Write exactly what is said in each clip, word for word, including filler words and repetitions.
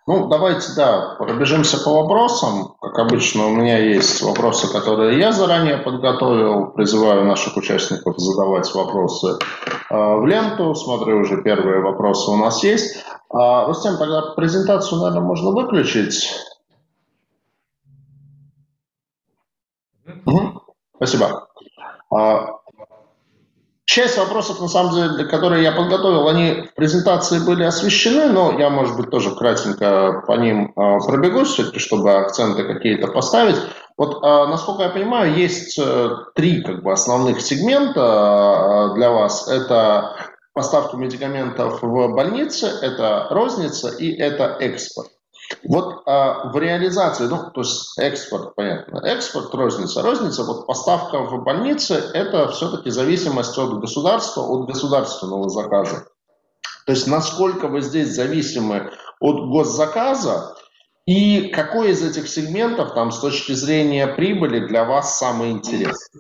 Ну, давайте, да, пробежимся по вопросам. Как обычно, у меня есть вопросы, которые я заранее подготовил. Призываю наших участников задавать вопросы э, в ленту. Смотрю, уже первые вопросы у нас есть. А, Рустем, тогда презентацию, наверное, можно выключить. Мгм. Спасибо. А, Часть вопросов, на самом деле, которые я подготовил, они в презентации были освещены, но я, может быть, тоже кратенько по ним э, пробегусь, все-таки, чтобы акценты какие-то поставить. Вот, э, насколько я понимаю, есть э, три как бы основных сегмента э, для вас. Это поставка медикаментов в больнице, это розница и это экспорт. Вот а, в реализации, ну, то есть экспорт, понятно, экспорт, розница. Розница, вот поставка в больнице, это все-таки зависимость от государства, от государственного заказа. То есть насколько вы здесь зависимы от госзаказа и какой из этих сегментов там с точки зрения прибыли для вас самый интересный?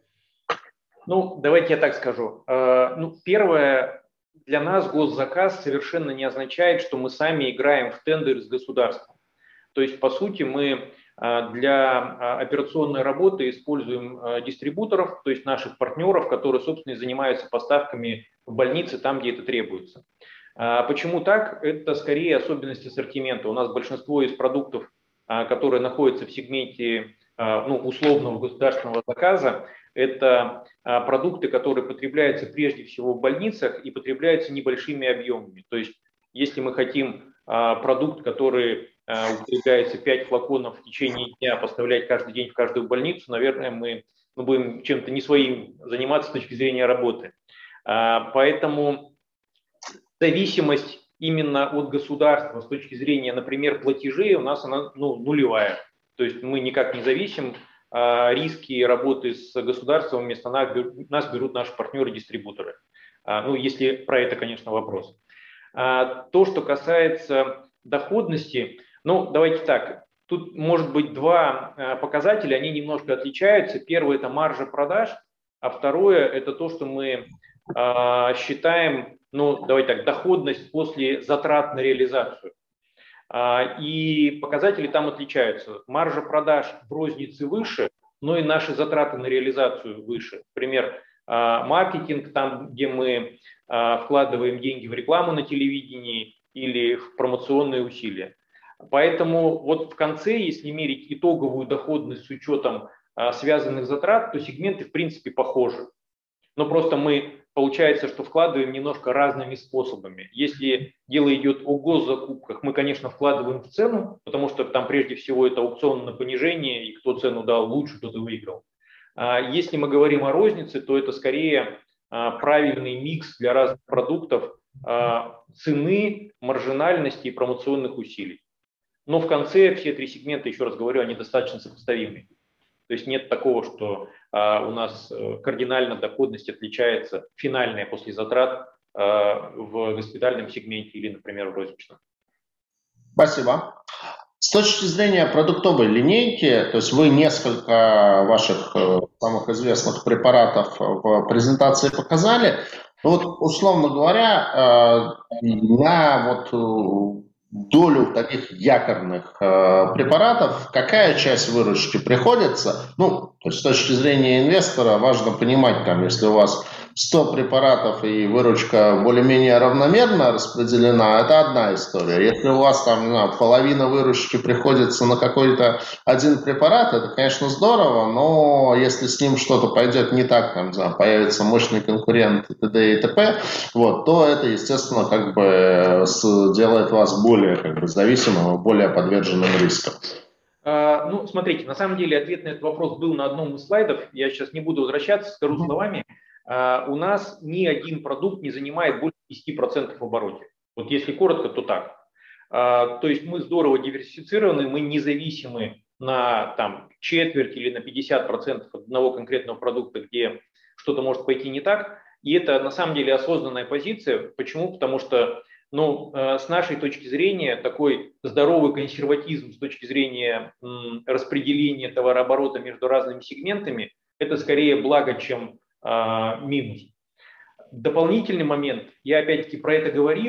Ну, давайте я так скажу. Э, Ну, первое, для нас госзаказ совершенно не означает, что мы сами играем в тендер с государством. То есть, по сути, мы а, для а, операционной работы используем а, дистрибуторов, то есть наших партнеров, которые, собственно, и занимаются поставками в больницы там, где это требуется. А почему так? Это скорее особенность ассортимента. У нас большинство из продуктов, а, которые находятся в сегменте а, ну, условного государственного заказа, это а, продукты, которые потребляются прежде всего в больницах и потребляются небольшими объемами. То есть, если мы хотим а, продукт, который употребляется пять флаконов в течение дня, поставлять каждый день в каждую больницу, наверное, мы, мы будем чем-то не своим заниматься с точки зрения работы. Поэтому зависимость именно от государства с точки зрения, например, платежей у нас она ну, нулевая. То есть мы никак не зависим, риски работы с государством вместо нас берут, нас берут наши партнеры-дистрибуторы. Ну, если про это, конечно, вопрос. То, что касается доходности, ну, давайте так, тут может быть два показателя, они немножко отличаются. Первый – это маржа продаж, а второе – это то, что мы считаем, ну, давайте так, доходность после затрат на реализацию. И показатели там отличаются. Маржа продаж в рознице выше, но и наши затраты на реализацию выше. Например, маркетинг, там, где мы вкладываем деньги в рекламу на телевидении или в промоционные усилия. Поэтому вот в конце, если мерить итоговую доходность с учетом связанных затрат, то сегменты в принципе похожи. Но просто мы, получается, что вкладываем немножко разными способами. Если дело идет о госзакупках, мы, конечно, вкладываем в цену, потому что там прежде всего это аукцион на понижение, и кто цену дал лучше, тот и выиграл. Если мы говорим о рознице, то это скорее правильный микс для разных продуктов цены, маржинальности и промоционных усилий. Но в конце все три сегмента, еще раз говорю, они достаточно сопоставимы. То есть нет такого, что а, у нас кардинально доходность отличается финальная после затрат а, в госпитальном сегменте или, например, в розничном. Спасибо. С точки зрения продуктовой линейки, то есть вы несколько ваших э, самых известных препаратов в презентации показали. Вот, условно говоря, э, на вот э, долю таких якорных э, препаратов какая часть выручки приходится? Ну, то есть с точки зрения инвестора важно понимать, там, если у вас сто препаратов и выручка более-менее равномерно распределена, это одна история. Если у вас там, не знаю, половина выручки приходится на какой-то один препарат, это, конечно, здорово, но если с ним что-то пойдет не так, там, не знаю, появится мощный конкурент и т.д. и т.п., вот, то это, естественно, как бы делает вас более как бы, зависимым и более подверженным рискам. Ну, смотрите, на самом деле ответ на этот вопрос был на одном из слайдов. Я сейчас не буду возвращаться, скажу словами. У нас ни один продукт не занимает больше десяти процентов в обороте. Вот если коротко, то так. То есть мы здорово диверсифицированы, мы независимы на там, четверть или на пятьдесят процентов от одного конкретного продукта, где что-то может пойти не так. И это на самом деле осознанная позиция. Почему? Потому что ну, с нашей точки зрения такой здоровый консерватизм с точки зрения распределения товарооборота между разными сегментами – это скорее благо, чем минус. Дополнительный момент, я опять-таки про это говорил,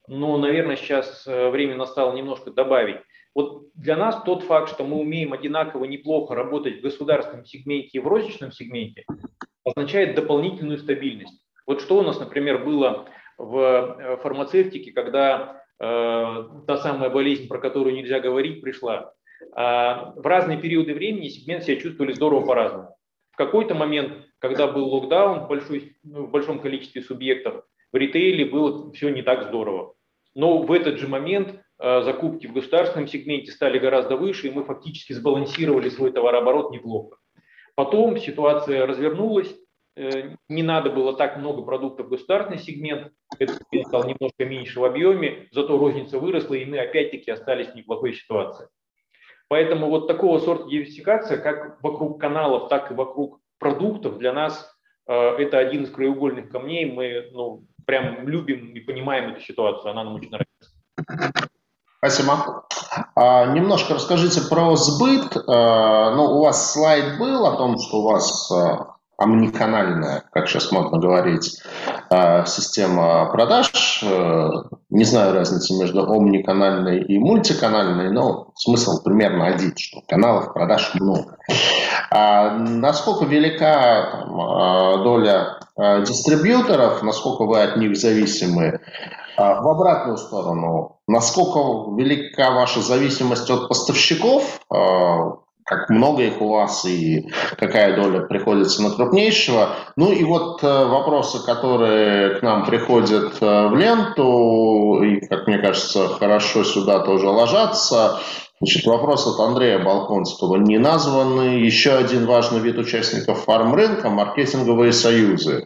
но, наверное, сейчас время настало немножко добавить. Вот для нас тот факт, что мы умеем одинаково неплохо работать в государственном сегменте и в розничном сегменте, означает дополнительную стабильность. Вот что у нас, например, было в фармацевтике, когда э, та самая болезнь, про которую нельзя говорить, пришла. А в разные периоды времени сегмент себя чувствовали здорово по-разному. В какой-то момент, когда был локдаун в, большой, ну, в большом количестве субъектов, в ритейле было все не так здорово. Но в этот же момент э, закупки в государственном сегменте стали гораздо выше, и мы фактически сбалансировали свой товарооборот неплохо. Потом ситуация развернулась, э, не надо было так много продуктов в государственный сегмент, это стал немножко меньше в объеме, зато розница выросла, и мы опять-таки остались в неплохой ситуации. Поэтому вот такого сорта диверсификация, как вокруг каналов, так и вокруг продуктов, для нас э, это один из краеугольных камней. Мы ну, прям любим и понимаем эту ситуацию, она нам очень нравится. Спасибо. А, немножко расскажите про сбыт. А, ну, у вас слайд был о том, что у вас а, омниканальная, как сейчас модно говорить, а, система продаж. А, не знаю разницы между омниканальной и мультиканальной, но смысл примерно один, что каналов продаж много. А насколько велика там, а, доля а, дистрибьюторов, насколько вы от них зависимы? В обратную сторону, насколько велика ваша зависимость от поставщиков, как много их у вас и какая доля приходится на крупнейшего. Ну и вот вопросы, которые к нам приходят в ленту, и, как мне кажется, хорошо сюда тоже ложатся. Значит, вопрос от Андрея Балконского. Не названы еще один важный вид участников фармрынка – маркетинговые союзы.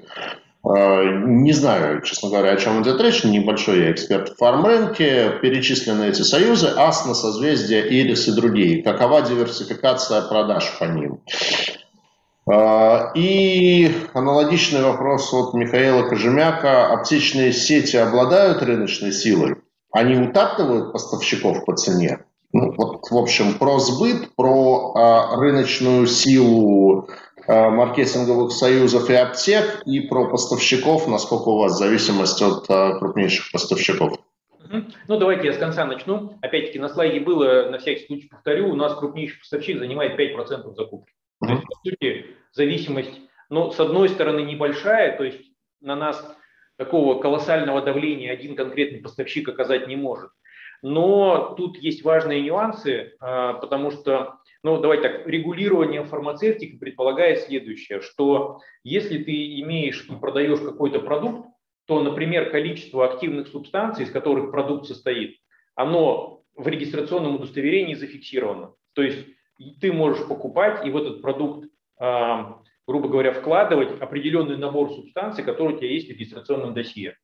Не знаю, честно говоря, о чем идет речь, небольшой я эксперт в фармрынке, перечислены эти союзы, Астна, Созвездие, Ирис и другие. Какова диверсификация продаж по ним? И аналогичный вопрос от Михаила Кожемяка. Аптечные сети обладают рыночной силой? Они утаптывают поставщиков по цене? Ну, вот, в общем, про сбыт, про а, рыночную силу маркетинговых союзов и аптек, и про поставщиков, насколько у вас зависимость от а, крупнейших поставщиков. Ну, давайте я с конца начну. Опять-таки, на слайде было, на всякий случай повторю, у нас крупнейший поставщик занимает пять процентов закупки. Uh-huh. То есть, по сути, зависимость, ну, с одной стороны, небольшая, то есть на нас такого колоссального давления один конкретный поставщик оказать не может. Но тут есть важные нюансы, потому что, ну, давайте так, регулирование фармацевтики предполагает следующее, что если ты имеешь и продаешь какой-то продукт, то, например, количество активных субстанций, из которых продукт состоит, оно в регистрационном удостоверении зафиксировано. То есть ты можешь покупать и в этот продукт, грубо говоря, вкладывать определенный набор субстанций, которые у тебя есть в регистрационном досье.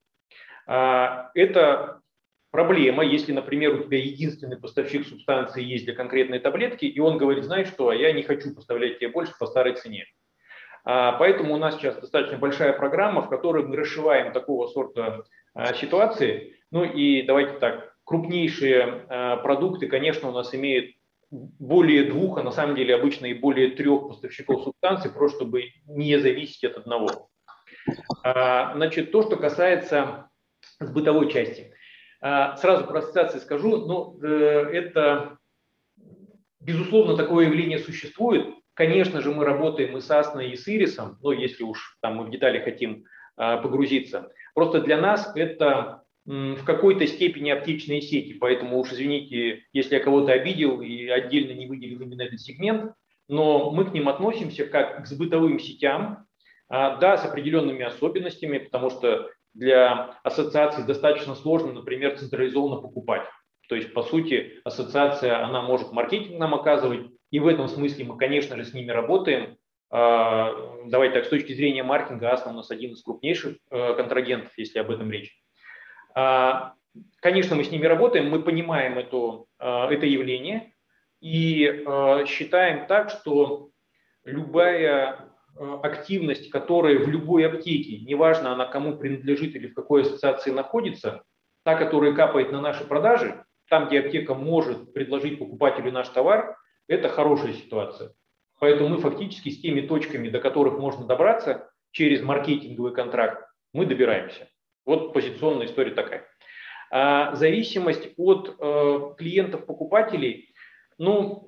Это проблема, если, например, у тебя единственный поставщик субстанции есть для конкретной таблетки, и он говорит, знаешь что, я не хочу поставлять тебе больше по старой цене. А, поэтому у нас сейчас достаточно большая программа, в которой мы расшиваем такого сорта а, ситуации. Ну и давайте так, крупнейшие а, продукты, конечно, у нас имеют более двух, а на самом деле обычно и более трех поставщиков субстанций, просто чтобы не зависеть от одного. А, значит, то, что касается бытовой части. Сразу про ассоциации скажу, но это, безусловно, такое явление существует. Конечно же, мы работаем и с Астной, и с Ирисом, но если уж там мы в детали хотим погрузиться. Просто для нас это в какой-то степени аптечные сети, поэтому уж извините, если я кого-то обидел и отдельно не выделил именно этот сегмент, но мы к ним относимся как к бытовым сетям, да, с определенными особенностями, потому что для ассоциации достаточно сложно, например, централизованно покупать. То есть, по сути, ассоциация, она может маркетинг нам оказывать, и в этом смысле мы, конечно же, с ними работаем. Давайте так, с точки зрения маркетинга, Астна у нас один из крупнейших контрагентов, если об этом речь. Конечно, мы с ними работаем, мы понимаем эту, это явление и считаем так, что любая активность, которая в любой аптеке, неважно она кому принадлежит или в какой ассоциации находится, та, которая капает на наши продажи, там, где аптека может предложить покупателю наш товар, это хорошая ситуация. Поэтому мы фактически с теми точками, до которых можно добраться через маркетинговый контракт, мы добираемся. Вот позиционная история такая. А зависимость от э, клиентов-покупателей, ну,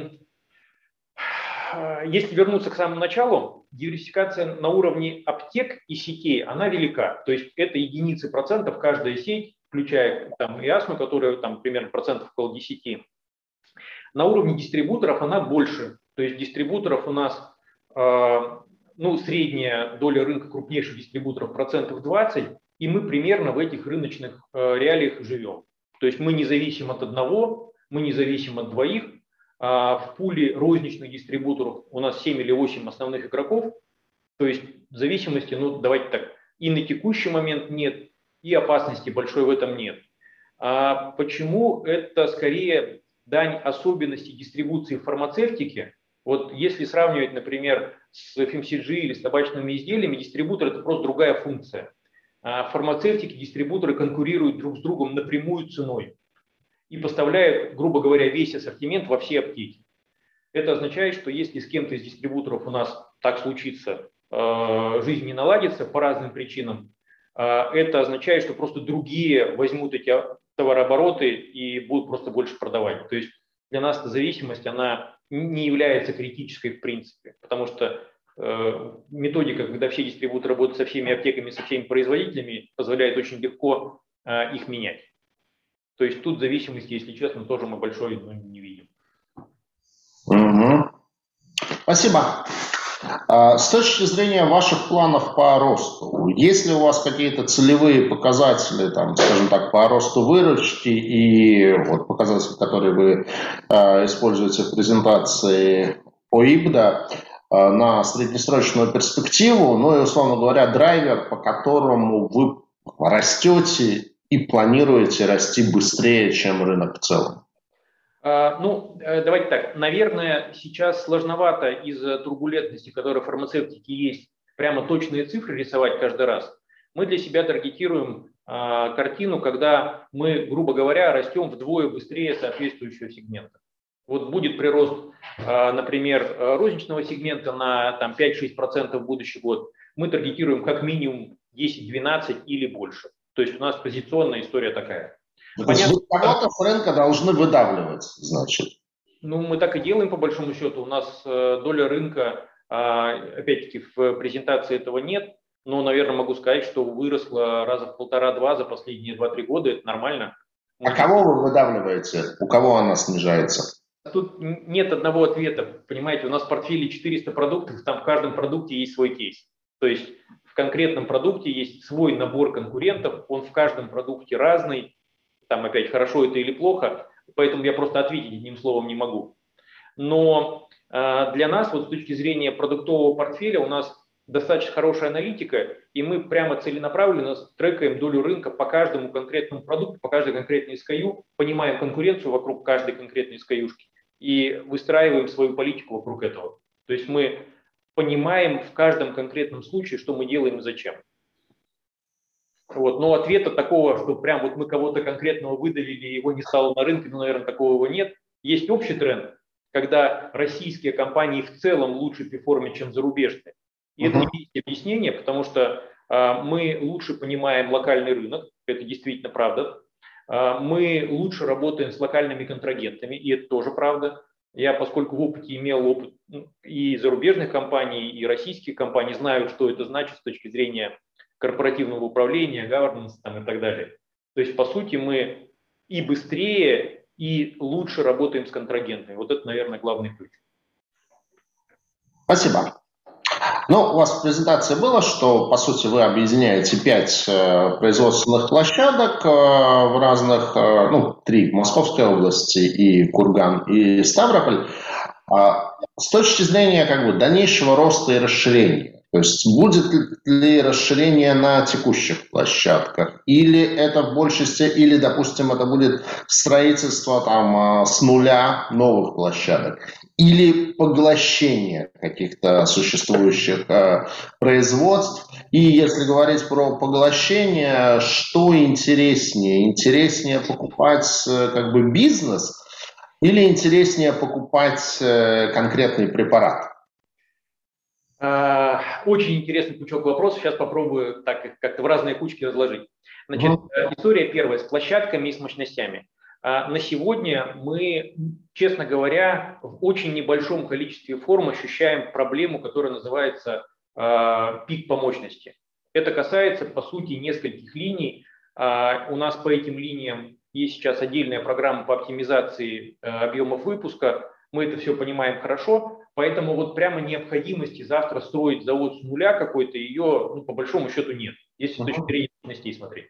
если вернуться к самому началу, диверсификация на уровне аптек и сетей, она велика. То есть это единицы процентов каждая сеть, включая там и астму, которая там примерно процентов около десяти. На уровне дистрибуторов она больше. То есть дистрибуторов у нас, э, ну, средняя доля рынка крупнейших дистрибуторов процентов двадцать, и мы примерно в этих рыночных э, реалиях живем. То есть мы не зависим от одного, мы не зависим от двоих. В пуле розничных дистрибуторов у нас семь или восемь основных игроков, то есть зависимости, ну давайте так, и на текущий момент нет, и опасности большой в этом нет. А почему? Это скорее дань особенностей дистрибуции фармацевтики. Вот если сравнивать, например, с эф эм си джи или с табачными изделиями, дистрибутор – это просто другая функция. А фармацевтики, дистрибуторы конкурируют друг с другом напрямую ценой и поставляют, грубо говоря, весь ассортимент во все аптеки. Это означает, что если с кем-то из дистрибуторов у нас так случится, жизнь не наладится по разным причинам, это означает, что просто другие возьмут эти товарообороты и будут просто больше продавать. То есть для нас эта зависимость, она не является критической в принципе, потому что методика, когда все дистрибуторы работают со всеми аптеками, со всеми производителями, позволяет очень легко их менять. То есть тут зависимости, если честно, тоже мы большой ну, не видим. Угу. Спасибо. С точки зрения ваших планов по росту, есть ли у вас какие-то целевые показатели, там, скажем так, по росту выручки и вот, показатели, которые вы э, используете в презентации по ИБДА э, на среднесрочную перспективу, ну и, условно говоря, драйвер, по которому вы растете и планируете расти быстрее, чем рынок в целом? А, ну, давайте так. Наверное, сейчас сложновато из-за турбулентности, которая в фармацевтике есть, прямо точные цифры рисовать каждый раз. Мы для себя таргетируем а, картину, когда мы, грубо говоря, растем вдвое быстрее соответствующего сегмента. Вот будет прирост, а, например, розничного сегмента на там, пять-шесть процентов в будущий год. Мы таргетируем как минимум десять-двенадцать или больше. То есть у нас позиционная история такая. Понятно, вы кого-то с рынка должны выдавливать, значит. Ну, мы так и делаем, по большому счету. У нас э, доля рынка, э, опять-таки, в презентации этого нет, но, наверное, могу сказать, что выросла раза в полтора-два за последние два-три года. Это нормально. А мы... кого вы выдавливаете? У кого она снижается? Тут нет одного ответа. Понимаете, у нас в портфеле четыреста продуктов, там в каждом продукте есть свой кейс. То есть в конкретном продукте есть свой набор конкурентов, он в каждом продукте разный. Там опять хорошо это или плохо, поэтому я просто ответить одним словом не могу. Но э, для нас, вот с точки зрения продуктового портфеля, у нас достаточно хорошая аналитика, и мы прямо целенаправленно трекаем долю рынка по каждому конкретному продукту, по каждой конкретной эс кей ю, понимаем конкуренцию вокруг каждой конкретной эс кей ю-шки и выстраиваем свою политику вокруг этого. То есть мы понимаем в каждом конкретном случае, что мы делаем и зачем. Вот. Но ответа такого, что прям вот мы кого-то конкретного выдавили, его не стало на рынке, ну, наверное, такого нет. Есть общий тренд, когда российские компании в целом лучше перформят, чем зарубежные. И uh-huh. это не есть объяснение, потому что а, мы лучше понимаем локальный рынок, это действительно правда. А, мы лучше работаем с локальными контрагентами, и это тоже правда. Я, поскольку в опыте имел опыт и зарубежных компаний, и российских компаний, знаю, что это значит с точки зрения корпоративного управления, governance там, и так далее. То есть, по сути, мы и быстрее, и лучше работаем с контрагентами. Вот это, наверное, главный ключ. Спасибо. Ну, у вас в презентации было, что, по сути, вы объединяете пять э, производственных площадок э, в разных, э, ну, три в Московской области, и Курган, и Ставрополь. А с точки зрения, как бы, дальнейшего роста и расширения, то есть будет ли расширение на текущих площадках, или это в большей степени, или, допустим, это будет строительство там с нуля новых площадок, или поглощение каких-то существующих э, производств. И если говорить про поглощение, что интереснее? Интереснее покупать как бы бизнес или интереснее покупать э, конкретный препарат? Очень интересный пучок вопросов. Сейчас попробую так как-то в разные кучки разложить. Значит, Угу. история первая с площадками и с мощностями. На сегодня мы, честно говоря, в очень небольшом количестве форм ощущаем проблему, которая называется пик по мощности. Это касается, по сути, нескольких линий. У нас по этим линиям есть сейчас отдельная программа по оптимизации объемов выпуска. Мы это все понимаем хорошо, поэтому вот прямо необходимости завтра строить завод с нуля какой-то, ее, ну, по большому счету нет, если с точки зрения мощностей смотреть.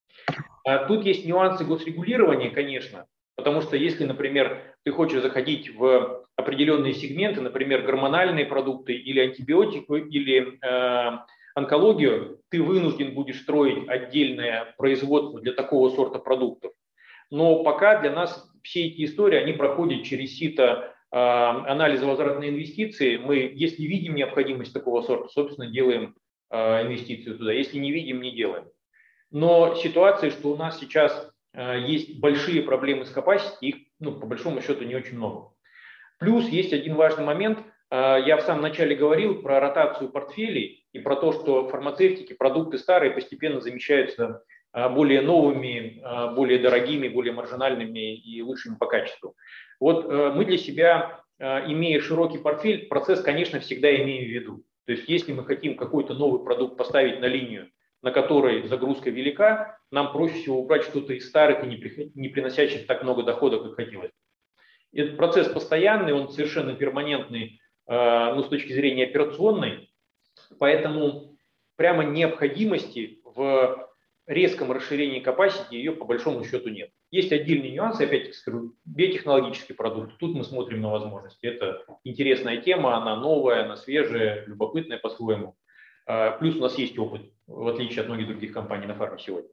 А тут есть нюансы госрегулирования, конечно, потому что если, например, ты хочешь заходить в определенные сегменты, например, гормональные продукты или антибиотики, или э, онкологию, ты вынужден будешь строить отдельное производство для такого сорта продуктов. Но пока для нас все эти истории, они проходят через сито э, анализа возвратной инвестиции. Мы, если видим необходимость такого сорта, собственно, делаем э, инвестицию туда. Если не видим, не делаем. Но ситуация, что у нас сейчас э, есть большие проблемы с capacity, их, ну, по большому счету, не очень много. Плюс есть один важный момент. Э, я в самом начале говорил про ротацию портфелей и про то, что фармацевтики, продукты старые постепенно замещаются э, более новыми, э, более дорогими, более маржинальными и лучшими по качеству. Вот э, мы для себя, э, имея широкий портфель, процесс, конечно, всегда имеем в виду. То есть если мы хотим какой-то новый продукт поставить на линию, на которой загрузка велика, нам проще всего убрать что-то из старых и не приносящих так много доходов, как хотелось. Этот процесс постоянный, он совершенно перманентный, ну, с точки зрения операционной, поэтому прямо необходимости в резком расширении capacity ее по большому счету нет. Есть отдельные нюансы, опять-таки скажу, биотехнологический продукт. Тут мы смотрим на возможности. Это интересная тема, она новая, она свежая, любопытная по-своему. Плюс у нас есть опыт, в отличие от многих других компаний на фарме сегодня.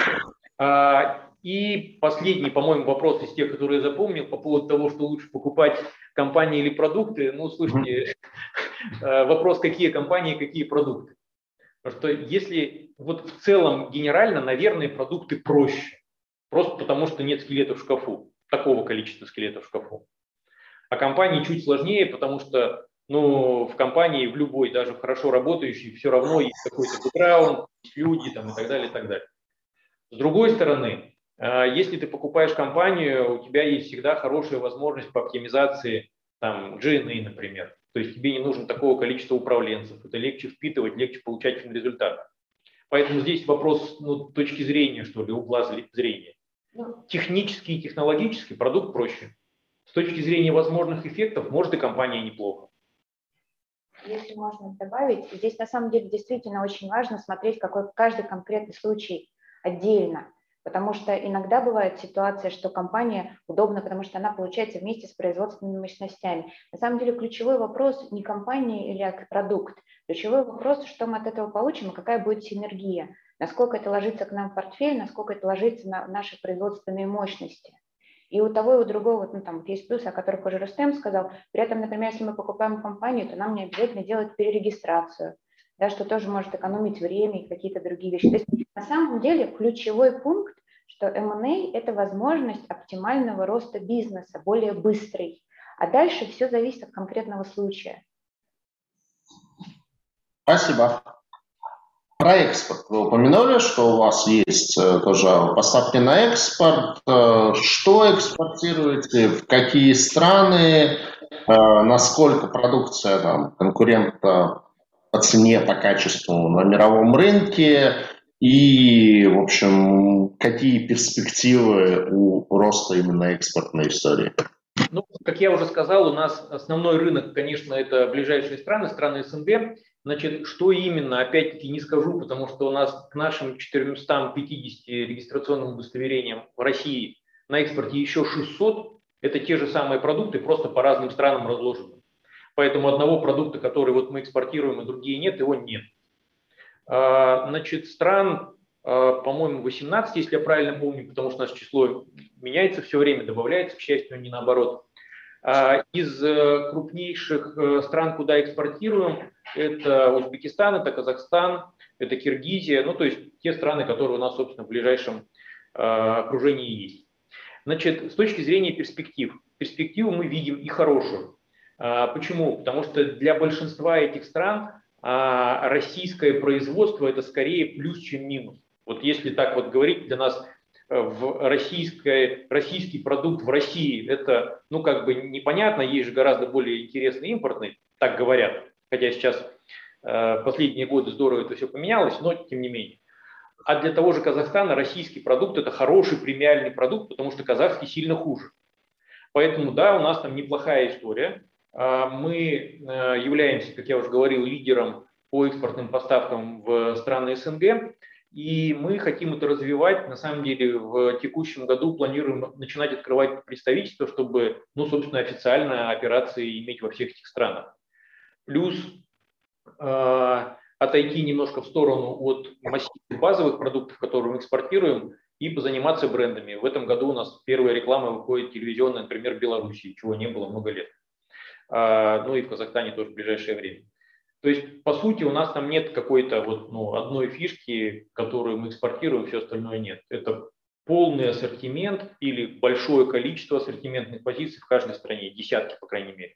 И последний, по-моему, вопрос из тех, которые я запомнил, по поводу того, что лучше покупать компании или продукты. Ну, слушайте, вопрос, какие компании, какие продукты. Потому что если вот в целом генерально, наверное, продукты проще. Просто потому, что нет скелетов в шкафу, такого количества скелетов в шкафу. А компании чуть сложнее, потому что ну, в компании, в любой, даже в хорошо работающей, все равно есть какой-то бэкграунд, есть люди там, и так далее, и так далее. С другой стороны, если ты покупаешь компанию, у тебя есть всегда хорошая возможность по оптимизации там, джи эн эй, например. То есть тебе не нужно такого количества управленцев. Это легче впитывать, легче получать результат. Поэтому здесь вопрос ну, точки зрения, что ли, угла зрения. Технически и технологически продукт проще. С точки зрения возможных эффектов, может и компания неплохо. Если можно добавить, здесь на самом деле действительно очень важно смотреть какой, каждый конкретный случай отдельно, потому что иногда бывает ситуация, что компания удобна, потому что она получается вместе с производственными мощностями. На самом деле ключевой вопрос не компания или продукт, ключевой вопрос, что мы от этого получим и какая будет синергия, насколько это ложится к нам в портфель, насколько это ложится на наши производственные мощности. И у того, и у другого, ну, там есть плюсы, о которых уже Рустем сказал. При этом, например, если мы покупаем компанию, то нам не обязательно делать перерегистрацию, да, что тоже может экономить время и какие-то другие вещи. То есть на самом деле ключевой пункт, что эм энд эй – это возможность оптимального роста бизнеса, более быстрый. А дальше все зависит от конкретного случая. Спасибо. Про экспорт вы упомянули, что у вас есть тоже поставки на экспорт. Что экспортируете, в какие страны, насколько продукция там, конкурента по цене, по качеству на мировом рынке и, в общем, какие перспективы у роста именно экспортной истории? Ну, как я уже сказал, у нас основной рынок, конечно, это ближайшие страны, страны эс эн гэ. Значит, что именно, опять-таки не скажу, потому что у нас к нашим четырёмстам пятидесяти регистрационным удостоверениям в России на экспорте еще шестьсот. Это те же самые продукты, просто по разным странам разложены. Поэтому одного продукта, который вот мы экспортируем, и другие нет, его нет. Значит, стран, по-моему, восемнадцать, если я правильно помню, потому что у нас число меняется все время, добавляется, к счастью, а не наоборот. Из крупнейших стран, куда экспортируем, это Узбекистан, это Казахстан, это Киргизия, ну то есть те страны, которые у нас, собственно, в ближайшем окружении есть. Значит, с точки зрения перспектив, перспективу мы видим и хорошую. Почему? Потому что для большинства этих стран российское производство – это скорее плюс, чем минус. Вот если так вот говорить, для нас в российское, российский продукт в России – это, ну, как бы непонятно, есть же гораздо более интересный импортный, так говорят, хотя сейчас э, последние годы здорово это все поменялось, но тем не менее. А для того же Казахстана российский продукт – это хороший премиальный продукт, потому что казахский сильно хуже. Поэтому, да, у нас там неплохая история. Мы являемся, как я уже говорил, лидером по экспортным поставкам в страны СНГ. И мы хотим это развивать. На самом деле в текущем году планируем начинать открывать представительство, чтобы, ну, собственно, официально операции иметь во всех этих странах. Плюс э, отойти немножко в сторону от массивных базовых продуктов, которые мы экспортируем, и позаниматься брендами. В этом году у нас первая реклама выходит телевизионная, например, в Беларуси, чего не было много лет. Э, ну и в Казахстане тоже в ближайшее время. То есть, по сути, у нас там нет какой-то вот, ну, одной фишки, которую мы экспортируем, все остальное нет. Это полный ассортимент или большое количество ассортиментных позиций в каждой стране, десятки, по крайней мере.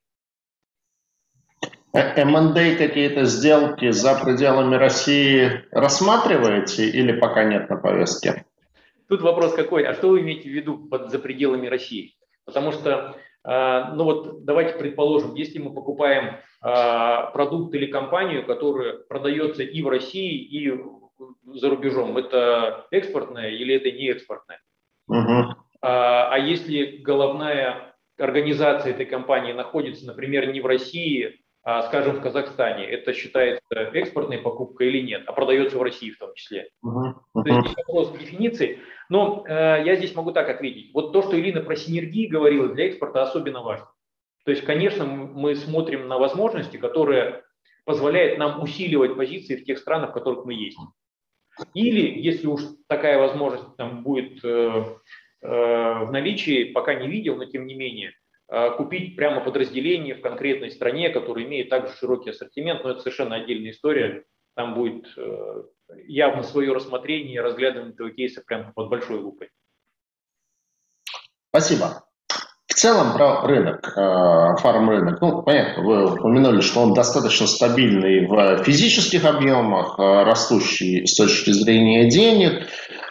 эм энд эй какие-то сделки за пределами России рассматриваете или пока нет на повестке? Тут вопрос какой, а что вы имеете в виду под за пределами России? Потому что, ну вот давайте предположим, если мы покупаем продукт или компанию, которая продается и в России, и за рубежом, это экспортное или это не экспортное? Угу. А если головная организация этой компании находится, например, не в России, а, скажем, в Казахстане, это считается экспортной покупкой или нет, а продается в России в том числе? Uh-huh. Uh-huh. То есть здесь вопрос дефиниции. Но э, я здесь могу так ответить. Вот то, что Ирина про синергии говорила, для экспорта особенно важно. То есть, конечно, мы смотрим на возможности, которые позволяют нам усиливать позиции в тех странах, в которых мы есть. Или, если уж такая возможность там будет э, э, в наличии, пока не видел, но тем не менее, э, купить прямо подразделение в конкретной стране, которое имеет также широкий ассортимент, но это совершенно отдельная история. Там будет э, явно свое рассмотрение и разглядывание этого кейса прямо под большой лупой. Спасибо. В целом про рынок, фарм-рынок, ну, понятно, вы упомянули, что он достаточно стабильный в физических объемах, растущий с точки зрения денег.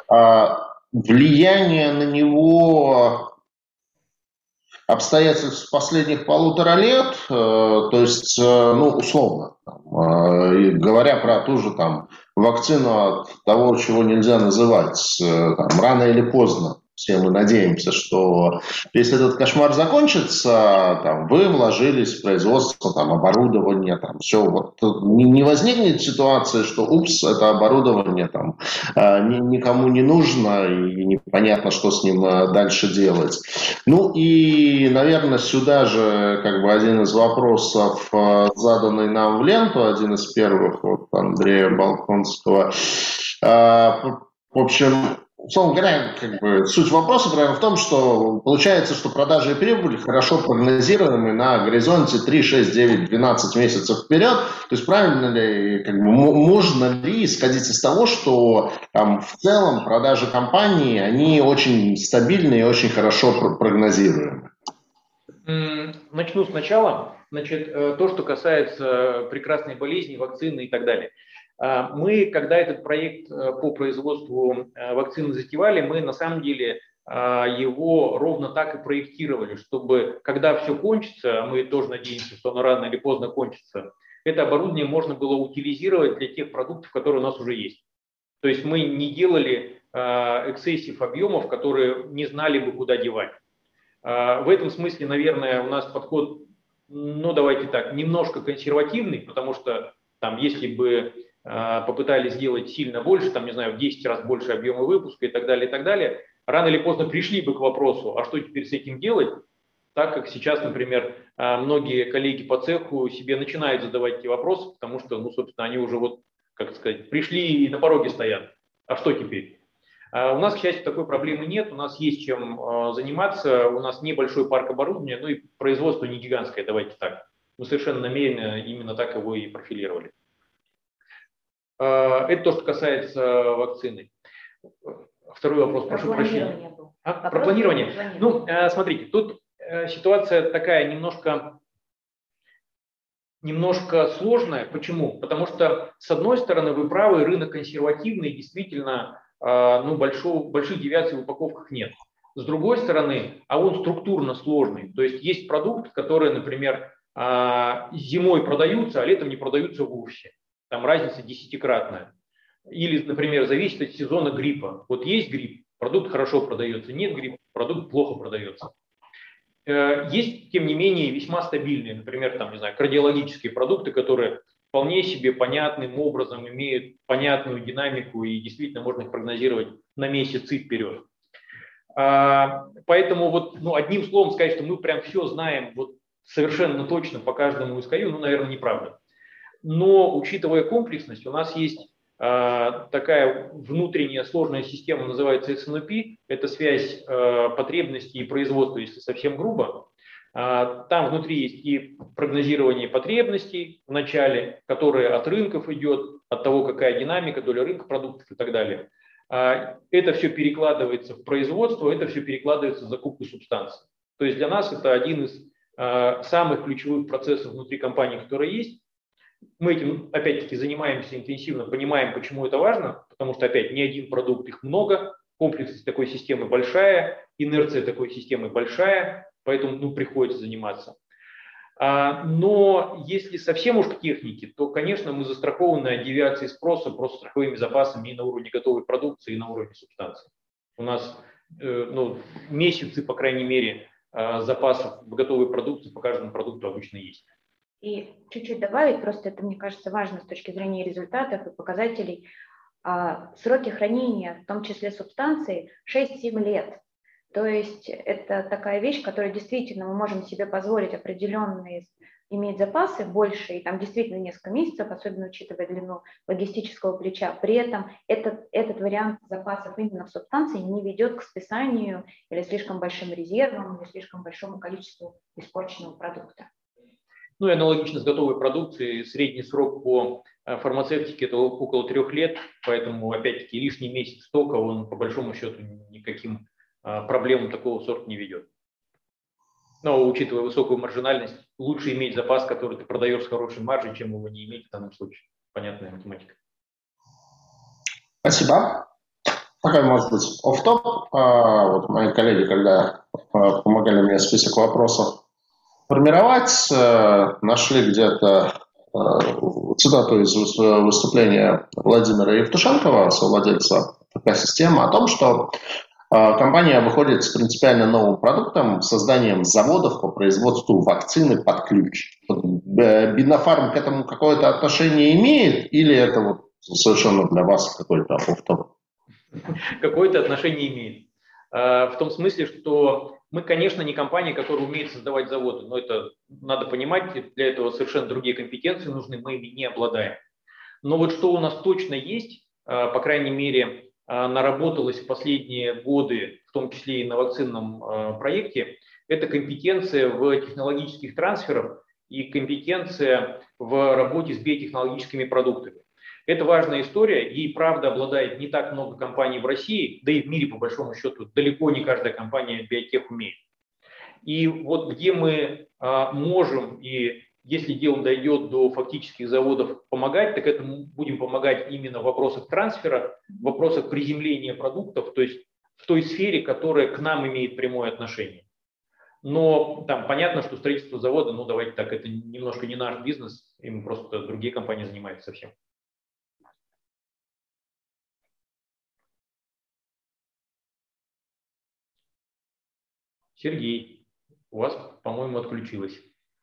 Влияние на него обстоятельств последних полутора лет, то есть, ну, условно, говоря про ту же там вакцину от того, чего нельзя называть, там, рано или поздно. Все мы надеемся, что если этот кошмар закончится, там, вы вложились в производство там, оборудования, там, все, вот, не, не возникнет ситуация, что упс, это оборудование там, никому не нужно и непонятно, что с ним дальше делать. Ну и, наверное, сюда же как бы один из вопросов, заданный нам в ленту, один из первых от Андрея Балконского. В общем, условно говоря, как бы, суть вопроса примерно в том, что получается, что продажи и прибыль хорошо прогнозируемы на горизонте три, шесть, девять, двенадцать месяцев вперед. То есть правильно ли, как бы, можно ли исходить из того, что там, в целом продажи компании, они очень стабильны и очень хорошо прогнозируемы? Начну сначала. Значит, то, что касается прекрасной болезни, вакцины и так далее. Мы, когда этот проект по производству вакцины затевали, мы на самом деле его ровно так и проектировали, чтобы когда все кончится, мы тоже надеемся, что оно рано или поздно кончится, это оборудование можно было утилизировать для тех продуктов, которые у нас уже есть. То есть мы не делали эксцессив объемов, которые не знали бы, куда девать. В этом смысле, наверное, у нас подход, ну давайте так, немножко консервативный, потому что там, если бы попытались сделать сильно больше, там, не знаю, в десять раз больше объема выпуска и так далее, и так далее, рано или поздно пришли бы к вопросу, а что теперь с этим делать, так как сейчас, например, многие коллеги по цеху себе начинают задавать эти вопросы, потому что, ну, собственно, они уже вот, как сказать, пришли и на пороге стоят. А что теперь? У нас, к счастью, такой проблемы нет, у нас есть чем заниматься, у нас небольшой парк оборудования, ну и производство не гигантское, давайте так. Мы совершенно намеренно именно так его и профилировали. Это то, что касается вакцины. Второй вопрос, про прошу прощения. А, про планирование. Ну, смотрите, тут ситуация такая немножко немножко сложная. Почему? Потому что, с одной стороны, вы правы, рынок консервативный, действительно, ну, большого, больших девиаций в упаковках нет. С другой стороны, а он структурно сложный. То есть есть продукты, которые, например, зимой продаются, а летом не продаются вовсе. Там разница десятикратная. Или, например, зависит от сезона гриппа. Вот есть грипп, продукт хорошо продается, нет гриппа, продукт плохо продается. Есть, тем не менее, весьма стабильные, например, там, не знаю, кардиологические продукты, которые вполне себе понятным образом имеют понятную динамику и действительно можно их прогнозировать на месяцы вперед. Поэтому вот, ну, одним словом сказать, что мы прям все знаем вот совершенно точно по каждому эс кей ю, ну, наверное, неправда. Но, учитывая комплексность, у нас есть э, такая внутренняя сложная система, называется эс эн о пи, это связь э, потребностей и производства, если совсем грубо. Э, там внутри есть и прогнозирование потребностей в начале, которое от рынков идет, от того, какая динамика, доля рынка продуктов и так далее. Э, это все перекладывается в производство, это все перекладывается в закупку субстанций. То есть для нас это один из э, самых ключевых процессов внутри компании, которые есть. Мы этим, опять-таки, занимаемся интенсивно, понимаем, почему это важно, потому что, опять, не один продукт, их много, комплексность такой системы большая, инерция такой системы большая, поэтому, ну, приходится заниматься. А, но если совсем уж к технике, то, конечно, мы застрахованы от девиации спроса просто страховыми запасами и на уровне готовой продукции, и на уровне субстанции. У нас э, ну, месяцы, по крайней мере, э, запасов готовой продукции по каждому продукту обычно есть. И чуть-чуть добавить, просто это, мне кажется, важно с точки зрения результатов и показателей. А, сроки хранения, в том числе субстанции, шесть-семь лет. То есть это такая вещь, которую действительно мы можем себе позволить определенные иметь запасы больше, и там действительно несколько месяцев, особенно учитывая длину логистического плеча. При этом этот, этот вариант запасов именно в субстанции не ведет к списанию или слишком большим резервам, или слишком большому количеству испорченного продукта. Ну и аналогично с готовой продукцией, средний срок по фармацевтике это около трех лет, поэтому, опять-таки, лишний месяц стока, он по большому счету никаким проблемам такого сорта не ведет. Но, учитывая высокую маржинальность, лучше иметь запас, который ты продаешь с хорошей маржей, чем его не иметь в данном случае. Понятная математика. Спасибо. Такой, может быть, офф-топ. Вот мои коллеги, когда помогали мне список вопросов формировать, нашли где-то цитату из выступления Владимира Евтушенкова, совладельца ТК-системы, о том, что компания выходит с принципиально новым продуктом, созданием заводов по производству вакцины под ключ. Биднофарм к этому какое-то отношение имеет или это вот совершенно для вас какой-то офф-топ? Какое-то отношение имеет. В том смысле, что мы, конечно, не компания, которая умеет создавать заводы, но это надо понимать, для этого совершенно другие компетенции нужны, мы ими не обладаем. Но вот что у нас точно есть, по крайней мере, наработалось в последние годы, в том числе и на вакцинном проекте, это компетенция в технологических трансферах и компетенция в работе с биотехнологическими продуктами. Это важная история, ей, правда, обладает не так много компаний в России, да и в мире, по большому счету, далеко не каждая компания биотех умеет. И вот где мы а, можем, и если дело дойдет до фактических заводов, помогать, так это мы будем помогать именно в вопросах трансфера, в вопросах приземления продуктов, то есть в той сфере, которая к нам имеет прямое отношение. Но там понятно, что строительство завода, ну давайте так, это немножко не наш бизнес, им просто другие компании занимаются совсем. Сергей, у вас, по-моему, отключилось.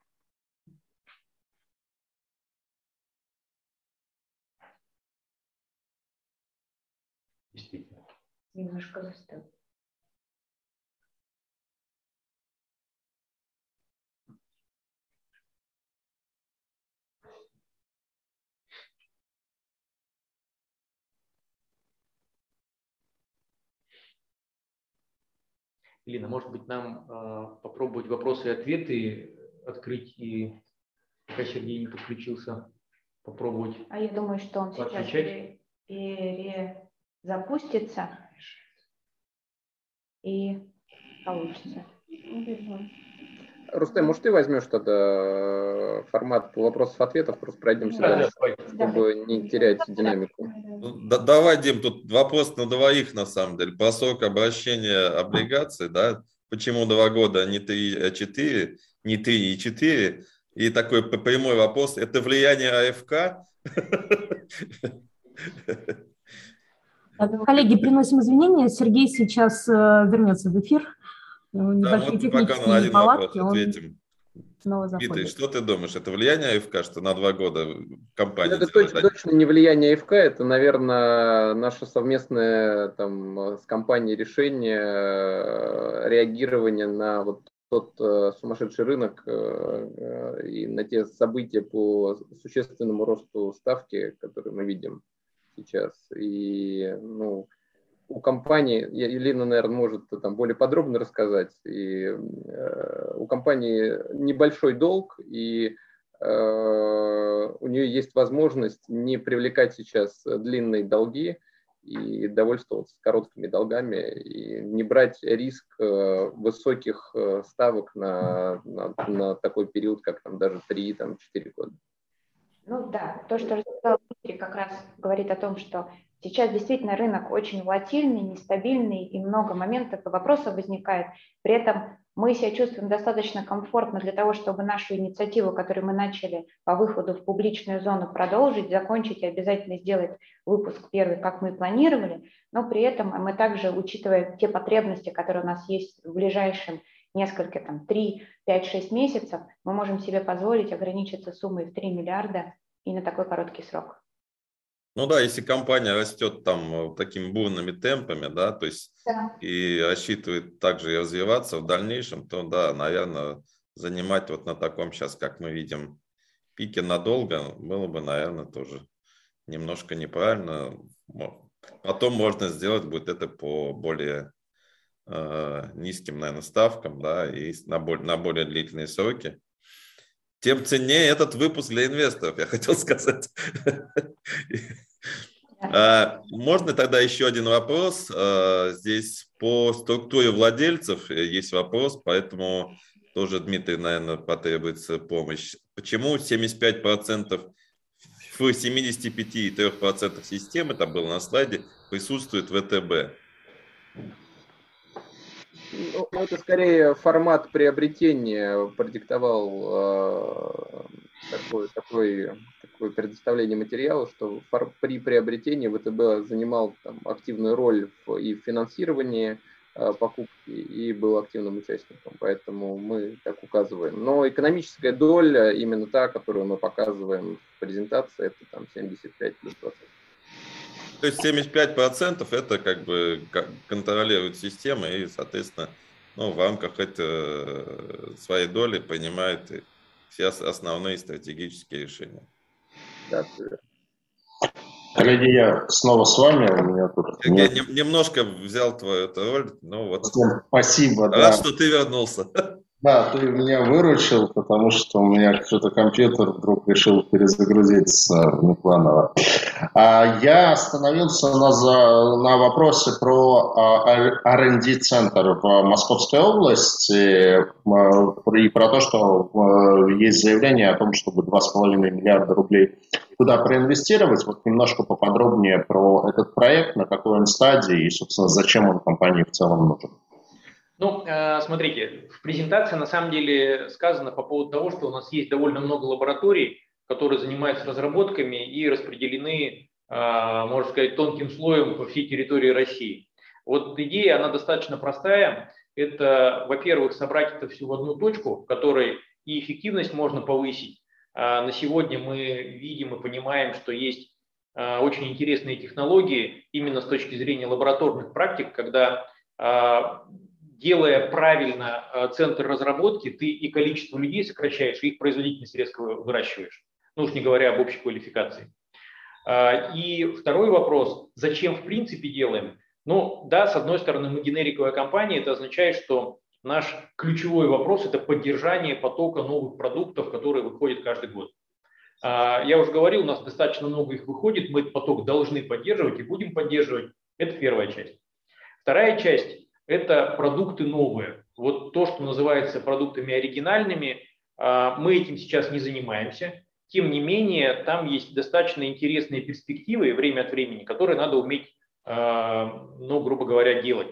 Действительно. Немножко застыл. Лина, может быть, нам э, попробовать вопросы и ответы открыть, и пока Сергей не подключился, попробовать. А я думаю, что он сейчас пере, перезапустится и получится. Рустем, может, ты возьмешь тогда формат вопросов-ответов, просто пройдемся да, дальше, да, чтобы да. не терять динамику. Да, давай, Дим, тут вопрос на двоих, на самом деле. Про срок обращения облигаций, да, почему два года, не три, а четыре, не три и четыре. И такой прямой вопрос, это влияние АФК? Коллеги, приносим извинения, Сергей сейчас вернется в эфир. Небольшие да, вот технические пока на один неполадки, вопрос ответим. Снова Дмитрий, что ты думаешь, это влияние АФК, что на два года компания... Это точно, точно не влияние АФК, это, наверное, наше совместное там, с компанией решение реагирования на вот тот э, сумасшедший рынок э, э, и на те события по существенному росту ставки, которые мы видим сейчас. И, ну, у компании, Елена, наверное, может там более подробно рассказать, и э, у компании небольшой долг, и э, у нее есть возможность не привлекать сейчас длинные долги и довольствоваться короткими долгами, и не брать риск э, высоких э, ставок на, на, на такой период, как там даже три-четыре года. Ну да, то, что рассказал Дмитрий, как раз говорит о том, что сейчас действительно рынок очень волатильный, нестабильный, и много моментов и вопросов возникает. При этом мы себя чувствуем достаточно комфортно для того, чтобы нашу инициативу, которую мы начали по выходу в публичную зону, продолжить, закончить и обязательно сделать выпуск первый, как мы планировали. Но при этом мы также, учитывая те потребности, которые у нас есть в ближайшем несколько, там, три, пять, шесть месяцев, мы можем себе позволить ограничиться суммой в три миллиарда и на такой короткий срок. Ну да, если компания растет там такими бурными темпами, да, то есть да. и рассчитывает также и развиваться в дальнейшем, то да, наверное, занимать вот на таком сейчас, как мы видим, пике надолго, было бы, наверное, тоже немножко неправильно. Потом можно сделать будет это по более э, низким, наверное, ставкам, да, и на, более, на более длительные сроки. Тем ценнее этот выпуск для инвесторов, я хотел сказать. Можно тогда еще один вопрос? Здесь по структуре владельцев есть вопрос, поэтому тоже, Дмитрий, наверное, потребуется помощь. Почему семьдесят пять процентов в семидесяти пяти и трёх процентах системы, там было на слайде, присутствует ВТБ? Ну, это скорее формат приобретения продиктовал э, такое, такое, такое предоставление материала, что фор, при приобретении ВТБ занимал там, активную роль в, и в финансировании э, покупки, и был активным участником, поэтому мы так указываем. Но экономическая доля, именно та, которую мы показываем в презентации, это там семьдесят пять плюс процентов. То есть семьдесят пять процентов это как бы контролирует система и, соответственно, ну, в рамках этой своей доли принимает все основные стратегические решения. Да, коллеги, я снова с вами. У меня тут я нет... не, немножко взял твою эту роль. Ну, вот. Спасибо. Рад, да. что ты вернулся. Да, ты меня выручил, потому что у меня что-то компьютер вдруг решил перезагрузиться внепланово. А я остановился на, на вопросе про ар энд ди-центр в Московской области и про то, что есть заявление о том, чтобы два с половиной миллиарда рублей туда проинвестировать. Вот немножко поподробнее про этот проект, на какой он стадии и, собственно, зачем он компании в целом нужен. Ну, смотрите, в презентации на самом деле сказано по поводу того, что у нас есть довольно много лабораторий, которые занимаются разработками и распределены, можно сказать, тонким слоем по всей территории России. Вот идея, она достаточно простая. Это, во-первых, собрать это все в одну точку, в которой и эффективность можно повысить. На сегодня мы видим и понимаем, что есть очень интересные технологии именно с точки зрения лабораторных практик, когда делая правильно центр разработки, ты и количество людей сокращаешь, и их производительность резко выращиваешь. Ну уж не говоря об общей квалификации. И второй вопрос, зачем в принципе делаем? Ну да, с одной стороны, мы генериковая компания, это означает, что наш ключевой вопрос – это поддержание потока новых продуктов, которые выходят каждый год. Я уже говорил, у нас достаточно много их выходит, мы этот поток должны поддерживать и будем поддерживать. Это первая часть. Вторая часть – это продукты новые. вот то, что называется продуктами оригинальными, мы этим сейчас не занимаемся. Тем не менее, там есть достаточно интересные перспективы время от времени, которые надо уметь, ну, грубо говоря, делать.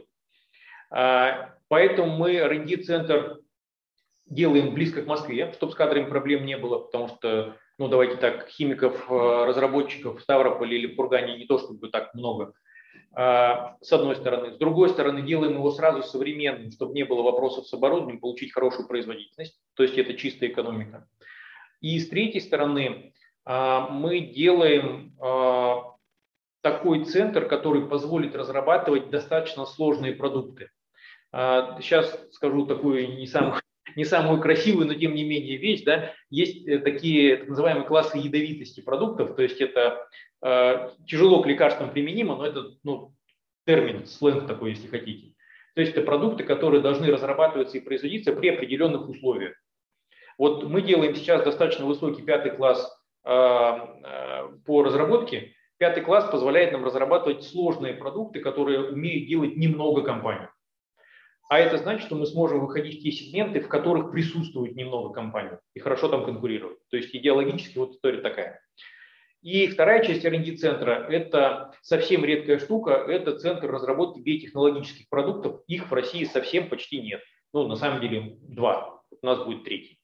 Поэтому мы эр энд ди-центр делаем близко к Москве, чтобы с кадрами проблем не было, потому что, ну, давайте так, химиков, разработчиков в Ставрополе или в Кургане не то чтобы так много, с одной стороны. С другой стороны, делаем его сразу современным, чтобы не было вопросов с оборудованием, получить хорошую производительность, то есть это чистая экономика. И с третьей стороны, мы делаем такой центр, который позволит разрабатывать достаточно сложные продукты. Сейчас скажу такую не самую, не самую красивую, но тем не менее вещь. Да? Есть такие так называемые классы ядовитости продуктов, то есть это э, тяжело к лекарствам применимо, но это, ну, термин, сленг такой, если хотите. То есть это продукты, которые должны разрабатываться и производиться при определенных условиях. Вот мы делаем сейчас достаточно высокий пятый класс э, э, по разработке. Пятый класс позволяет нам разрабатывать сложные продукты, которые умеют делать немного компаний. А это значит, что мы сможем выходить в те сегменты, в которых присутствует немного компаний, и хорошо там конкурировать. То есть идеологически вот история такая. И вторая часть эр энд ди-центра – это совсем редкая штука, это центр разработки биотехнологических продуктов. Их в России совсем почти нет. Ну, на самом деле, два. У нас будет третий.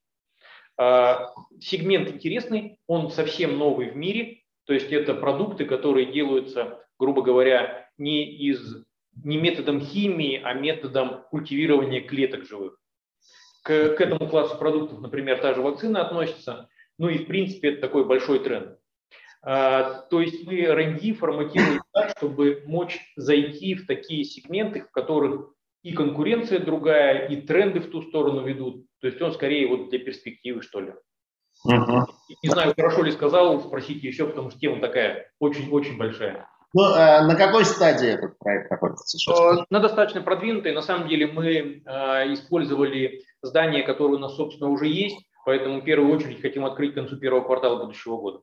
Сегмент интересный, он совсем новый в мире. То есть это продукты, которые делаются, грубо говоря, не из... не методом химии, а методом культивирования клеток живых. К, к этому классу продуктов, например, та же вакцина относится. Ну и в принципе это такой большой тренд. А, то есть мы эр энд ди форматируем так, чтобы мочь зайти в такие сегменты, в которых и конкуренция другая, и тренды в ту сторону ведут. То есть он скорее вот для перспективы, что ли. Uh-huh. Не знаю, хорошо ли сказал, спросите еще, потому что тема такая очень-очень большая. Ну, э, на какой стадии этот проект находится сейчас? На достаточно продвинутой. На самом деле мы э, использовали здание, которое у нас, собственно, уже есть, поэтому в первую очередь хотим открыть к концу первого квартала будущего года.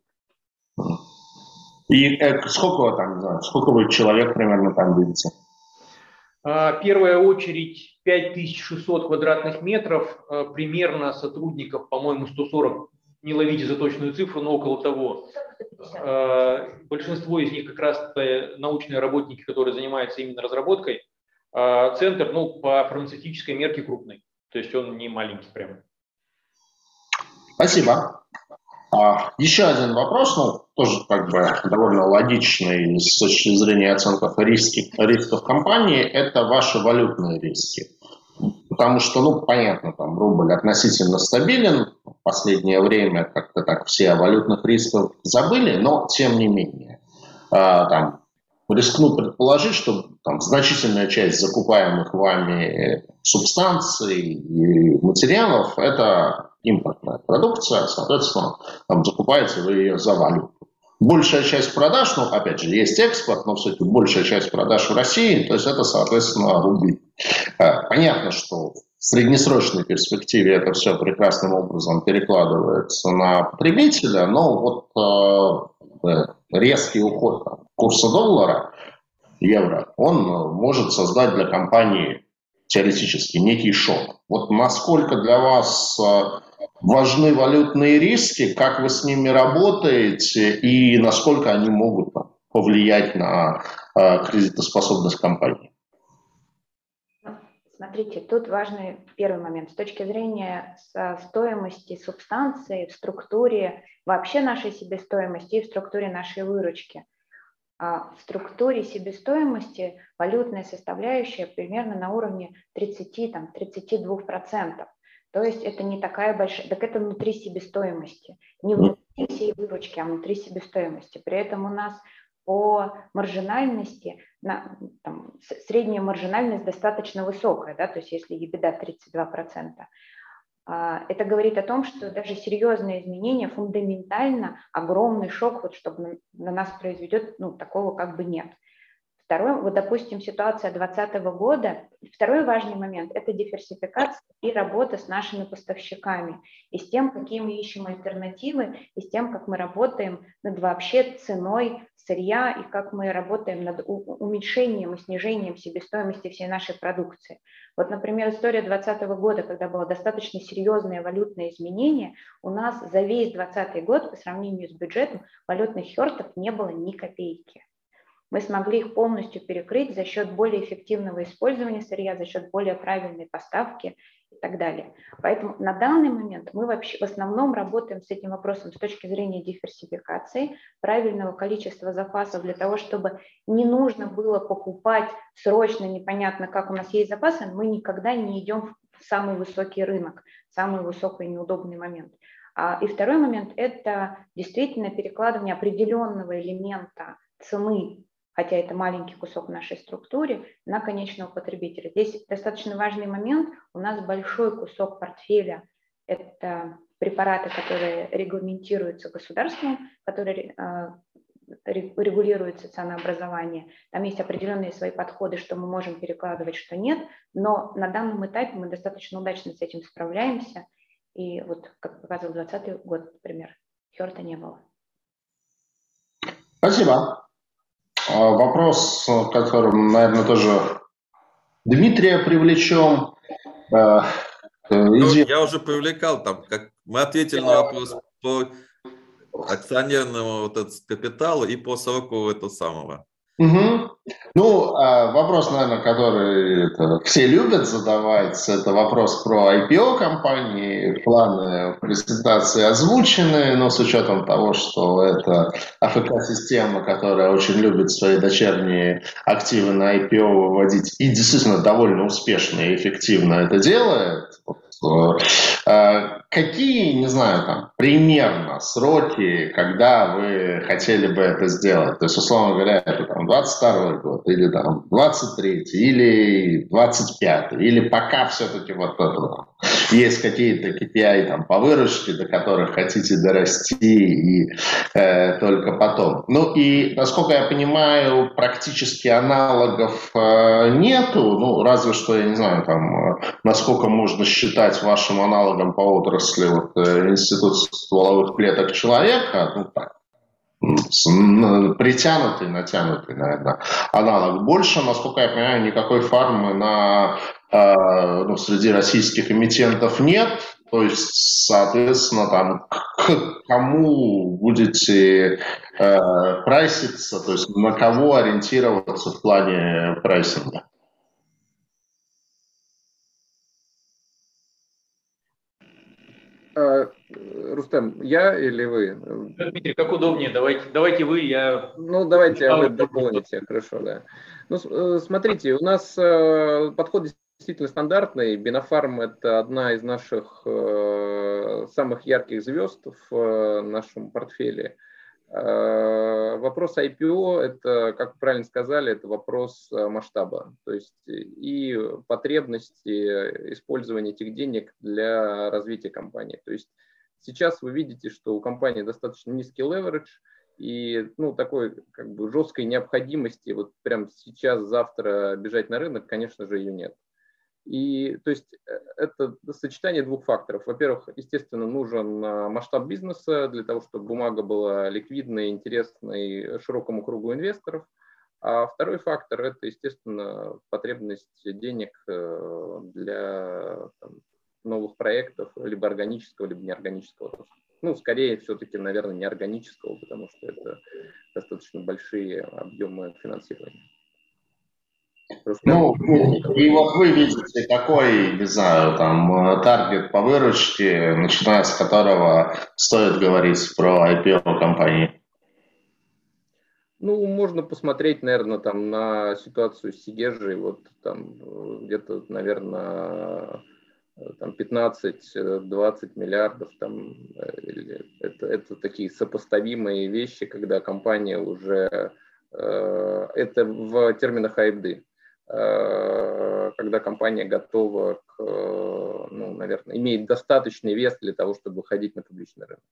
И э, сколько вы там, не знаю, сколько вы человек примерно там видите? Э, первая очередь пять тысяч шестьсот квадратных метров, э, примерно сотрудников, по-моему, сто сорок. Не ловите за точную цифру, но около того. Большинство из них как раз научные работники, которые занимаются именно разработкой. Центр, ну, по фармацевтической мерке крупный. То есть он не маленький прямо. Спасибо. А, еще один вопрос, ну, тоже как бы довольно логичный с точки зрения оценки риски, рисков компании, это ваши валютные риски. Потому что, ну, понятно, там рубль относительно стабилен, в последнее время как-то так все о валютных рисках забыли, но тем не менее, э, там, рискну предположить, что там значительная часть закупаемых вами субстанций и материалов – это импортная продукция, соответственно, там закупаете вы ее за валюту. Большая часть продаж, ну, опять же, есть экспорт, но все-таки большая часть продаж в России, то есть это, соответственно, рубли. Понятно, что в среднесрочной перспективе это все прекрасным образом перекладывается на потребителя, но вот э, резкий уход там, курса доллара, евро, он может создать для компании теоретически некий шок. Вот насколько для вас важны валютные риски, как вы с ними работаете и насколько они могут там, повлиять на э, кредитоспособность компании? Смотрите, тут важный первый момент. С точки зрения стоимости субстанции в структуре вообще нашей себестоимости и в структуре нашей выручки. В структуре себестоимости валютная составляющая примерно на уровне тридцати-тридцати двух процентов. То есть это не такая большая, так это внутри себестоимости. Не внутри всей выручки, а внутри себестоимости. При этом у нас по маржинальности, на, там, средняя маржинальность достаточно высокая, да, то есть если EBITDA тридцать два процента, это говорит о том, что даже серьезные изменения, фундаментально огромный шок, вот, чтобы на нас произведет, ну, такого как бы нет. Второй, вот, допустим, ситуация двадцатого года. Второй важный момент – это диверсификация и работа с нашими поставщиками, и с тем, какие мы ищем альтернативы, и с тем, как мы работаем над вообще ценой сырья, и как мы работаем над уменьшением и снижением себестоимости всей нашей продукции. Вот, например, история двадцатого года, когда было достаточно серьезное валютное изменение, у нас за весь двадцатый год по сравнению с бюджетом валютных хёртов не было ни копейки. Мы смогли их полностью перекрыть за счет более эффективного использования сырья, за счет более правильной поставки и так далее. Поэтому на данный момент мы вообще в основном работаем с этим вопросом с точки зрения диверсификации, правильного количества запасов для того, чтобы не нужно было покупать срочно, непонятно как у нас есть запасы, мы никогда не идем в самый высокий рынок, в самый высокий и неудобный момент. И второй момент – это действительно перекладывание определенного элемента цены, хотя это маленький кусок в нашей структуре, на конечного потребителя. Здесь достаточно важный момент. У нас большой кусок портфеля – это препараты, которые регламентируются государством, которые э, регулируется ценообразование. Там есть определенные свои подходы, что мы можем перекладывать, что нет, но на данном этапе мы достаточно удачно с этим справляемся. И вот, как показывал двадцатый год, например, хёрта не было. Спасибо. Вопрос, которым, наверное, тоже Дмитрия привлечем. Ну, я уже привлекал там, как мы ответили на вопрос по акционерному вот этому капиталу и по сроку этого самого. Угу. Ну, вопрос, наверное, который это, все любят задавать, это вопрос про ай пи о компании. Планы презентации озвучены, но с учетом того, что это а эф ка-система, которая очень любит свои дочерние активы на ай пи о выводить и действительно довольно успешно и эффективно это делает. Какие, не знаю, там, примерно сроки, когда вы хотели бы это сделать? То есть, условно говоря, это там двадцать второй год, или там двадцать третий, или двадцать пятый, или пока все-таки вот это, есть какие-то кей пи ай там, по выручке, до которых хотите дорасти, и э, только потом. Ну и, насколько я понимаю, практически аналогов э, нету, ну, разве что, я не знаю, там, насколько можно считать вашим аналогом по отрасли вот, институт стволовых клеток человека, ну так, притянутый, натянутый, наверное, аналог. Больше, насколько я понимаю, никакой фармы на, э, ну, среди российских эмитентов нет. То есть, соответственно, там, к кому будете э, прайситься, то есть на кого ориентироваться в плане прайсинга? Рустем, я или вы? Дмитрий, как удобнее, давайте, давайте вы, я... Ну, давайте, а вы дополните, хорошо, да. Ну, смотрите, у нас подход действительно стандартный. Бинофарм – это одна из наших самых ярких звезд в нашем портфеле. Вопрос ай пи о – это, как вы правильно сказали, это вопрос масштаба, то есть и потребности использования этих денег для развития компании. То есть сейчас вы видите, что у компании достаточно низкий леверидж, и ну, такой как бы жесткой необходимости вот прямо сейчас, завтра бежать на рынок, конечно же, ее нет. И то есть это сочетание двух факторов. Во-первых, естественно, нужен масштаб бизнеса для того, чтобы бумага была ликвидной, интересной широкому кругу инвесторов. А второй фактор – это, естественно, потребность денег для там, новых проектов, либо органического, либо неорганического роста. Ну, скорее, все-таки, наверное, неорганического, потому что это достаточно большие объемы финансирования. Ну, и вот вы видите такой, не знаю, там, таргет по выручке, начиная с которого стоит говорить про ай пи о компании? Ну, можно посмотреть, наверное, там, на ситуацию с Сигежей, вот там где-то, наверное, там пятнадцать-двадцать миллиардов, там, это, это такие сопоставимые вещи, когда компания уже, это в терминах эй эф ди, когда компания готова, к, ну, наверное, имеет достаточный вес для того, чтобы выходить на публичный рынок.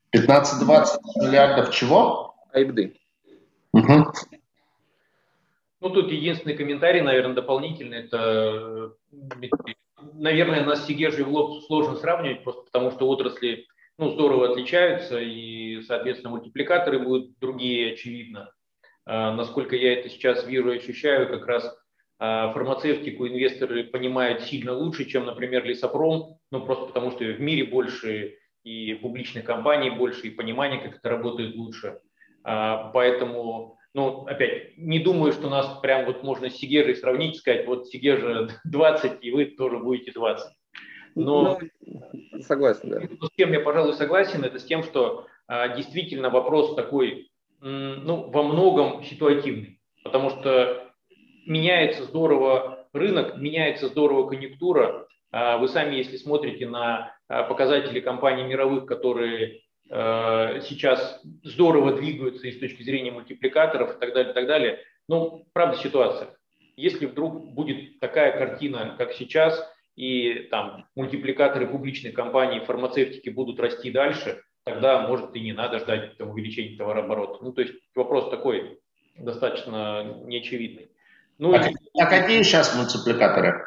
пятнадцать-двадцать миллиардов чего? эй эф ди. Угу. Ну, тут единственный комментарий, наверное, дополнительный, это, наверное, нас с Сегежей в лоб сложно сравнивать, просто потому что отрасли, ну, здорово отличаются, и, соответственно, мультипликаторы будут другие, очевидно. А, насколько я это сейчас вижу и ощущаю, как раз а, фармацевтику инвесторы понимают сильно лучше, чем, например, лесопром, ну, просто потому что в мире больше и публичных компаний больше, и понимания, как это работает лучше. А, поэтому... Ну, опять, не думаю, что нас прям вот можно с Сегежей сравнить, сказать, вот Сегежа двадцать, и вы тоже будете двадцать. Но ну, согласен, да. С кем я, пожалуй, согласен, это с тем, что а, действительно вопрос такой, м, ну, во многом ситуативный, потому что меняется здорово рынок, меняется здорово конъюнктура. А, вы сами, если смотрите на а, показатели компаний мировых, которые сейчас здорово двигаются и с точки зрения мультипликаторов и так далее, и так далее. Ну, правда, ситуация. Если вдруг будет такая картина, как сейчас, и там мультипликаторы публичных компаний, фармацевтики будут расти дальше, тогда, может, и не надо ждать там, увеличения товарооборота. Ну, то есть вопрос такой достаточно неочевидный. Ну, а, и... а какие сейчас мультипликаторы?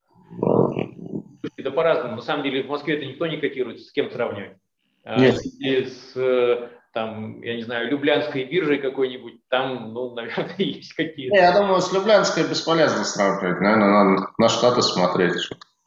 Да по-разному. На самом деле в Москве это никто не котируется, с кем сравнивать. Нет. И с, там, я не знаю, Люблянской биржей какой-нибудь, там, ну, наверное, есть какие-то. Я думаю, с Люблянской бесполезно сравнивать, наверное, надо на Штаты смотреть.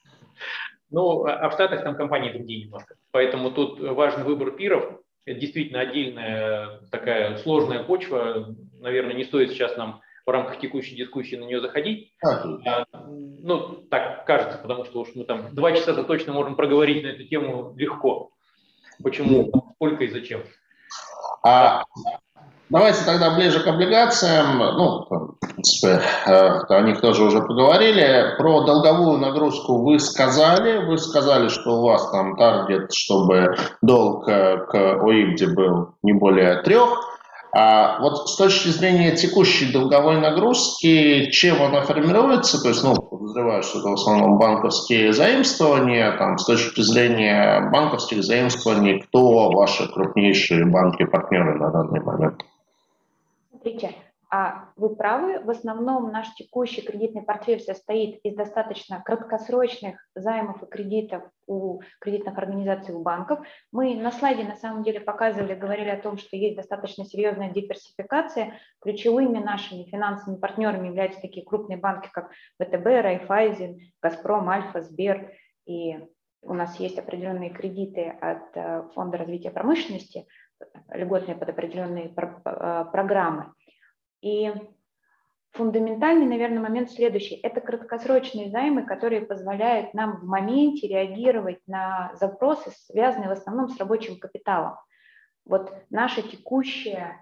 Ну, а в Штатах там компании другие немножко, поэтому тут важен выбор пиров. Это действительно отдельная такая сложная почва, наверное, не стоит сейчас нам в рамках текущей дискуссии на нее заходить. А, ну, так кажется, потому что уж мы там два часа-то точно можем проговорить на эту тему легко. Почему, сколько и зачем. А, давайте тогда ближе к облигациям. Ну, в принципе, о них тоже уже поговорили. Про долговую нагрузку вы сказали. Вы сказали, что у вас там таргет, чтобы долг к ОИБДе был не более трех. А вот с точки зрения текущей долговой нагрузки, чем она формируется, то есть, ну, подозреваю, что это в основном банковские заимствования, там, с точки зрения банковских заимствований, кто ваши крупнейшие банки-партнеры на данный момент? Смотрите, а вы правы, в основном наш текущий кредитный портфель состоит из достаточно краткосрочных займов и кредитов у кредитных организаций, у банков. Мы на слайде на самом деле показывали, говорили о том, что есть достаточно серьезная диверсификация. Ключевыми нашими финансовыми партнерами являются такие крупные банки, как ВТБ, Райфайзен, Газпром, Альфа, Сбер. И у нас есть определенные кредиты от Фонда развития промышленности, льготные под определенные программы. И фундаментальный, наверное, момент следующий. Это краткосрочные займы, которые позволяют нам в моменте реагировать на запросы, связанные в основном с рабочим капиталом. Вот наша текущая,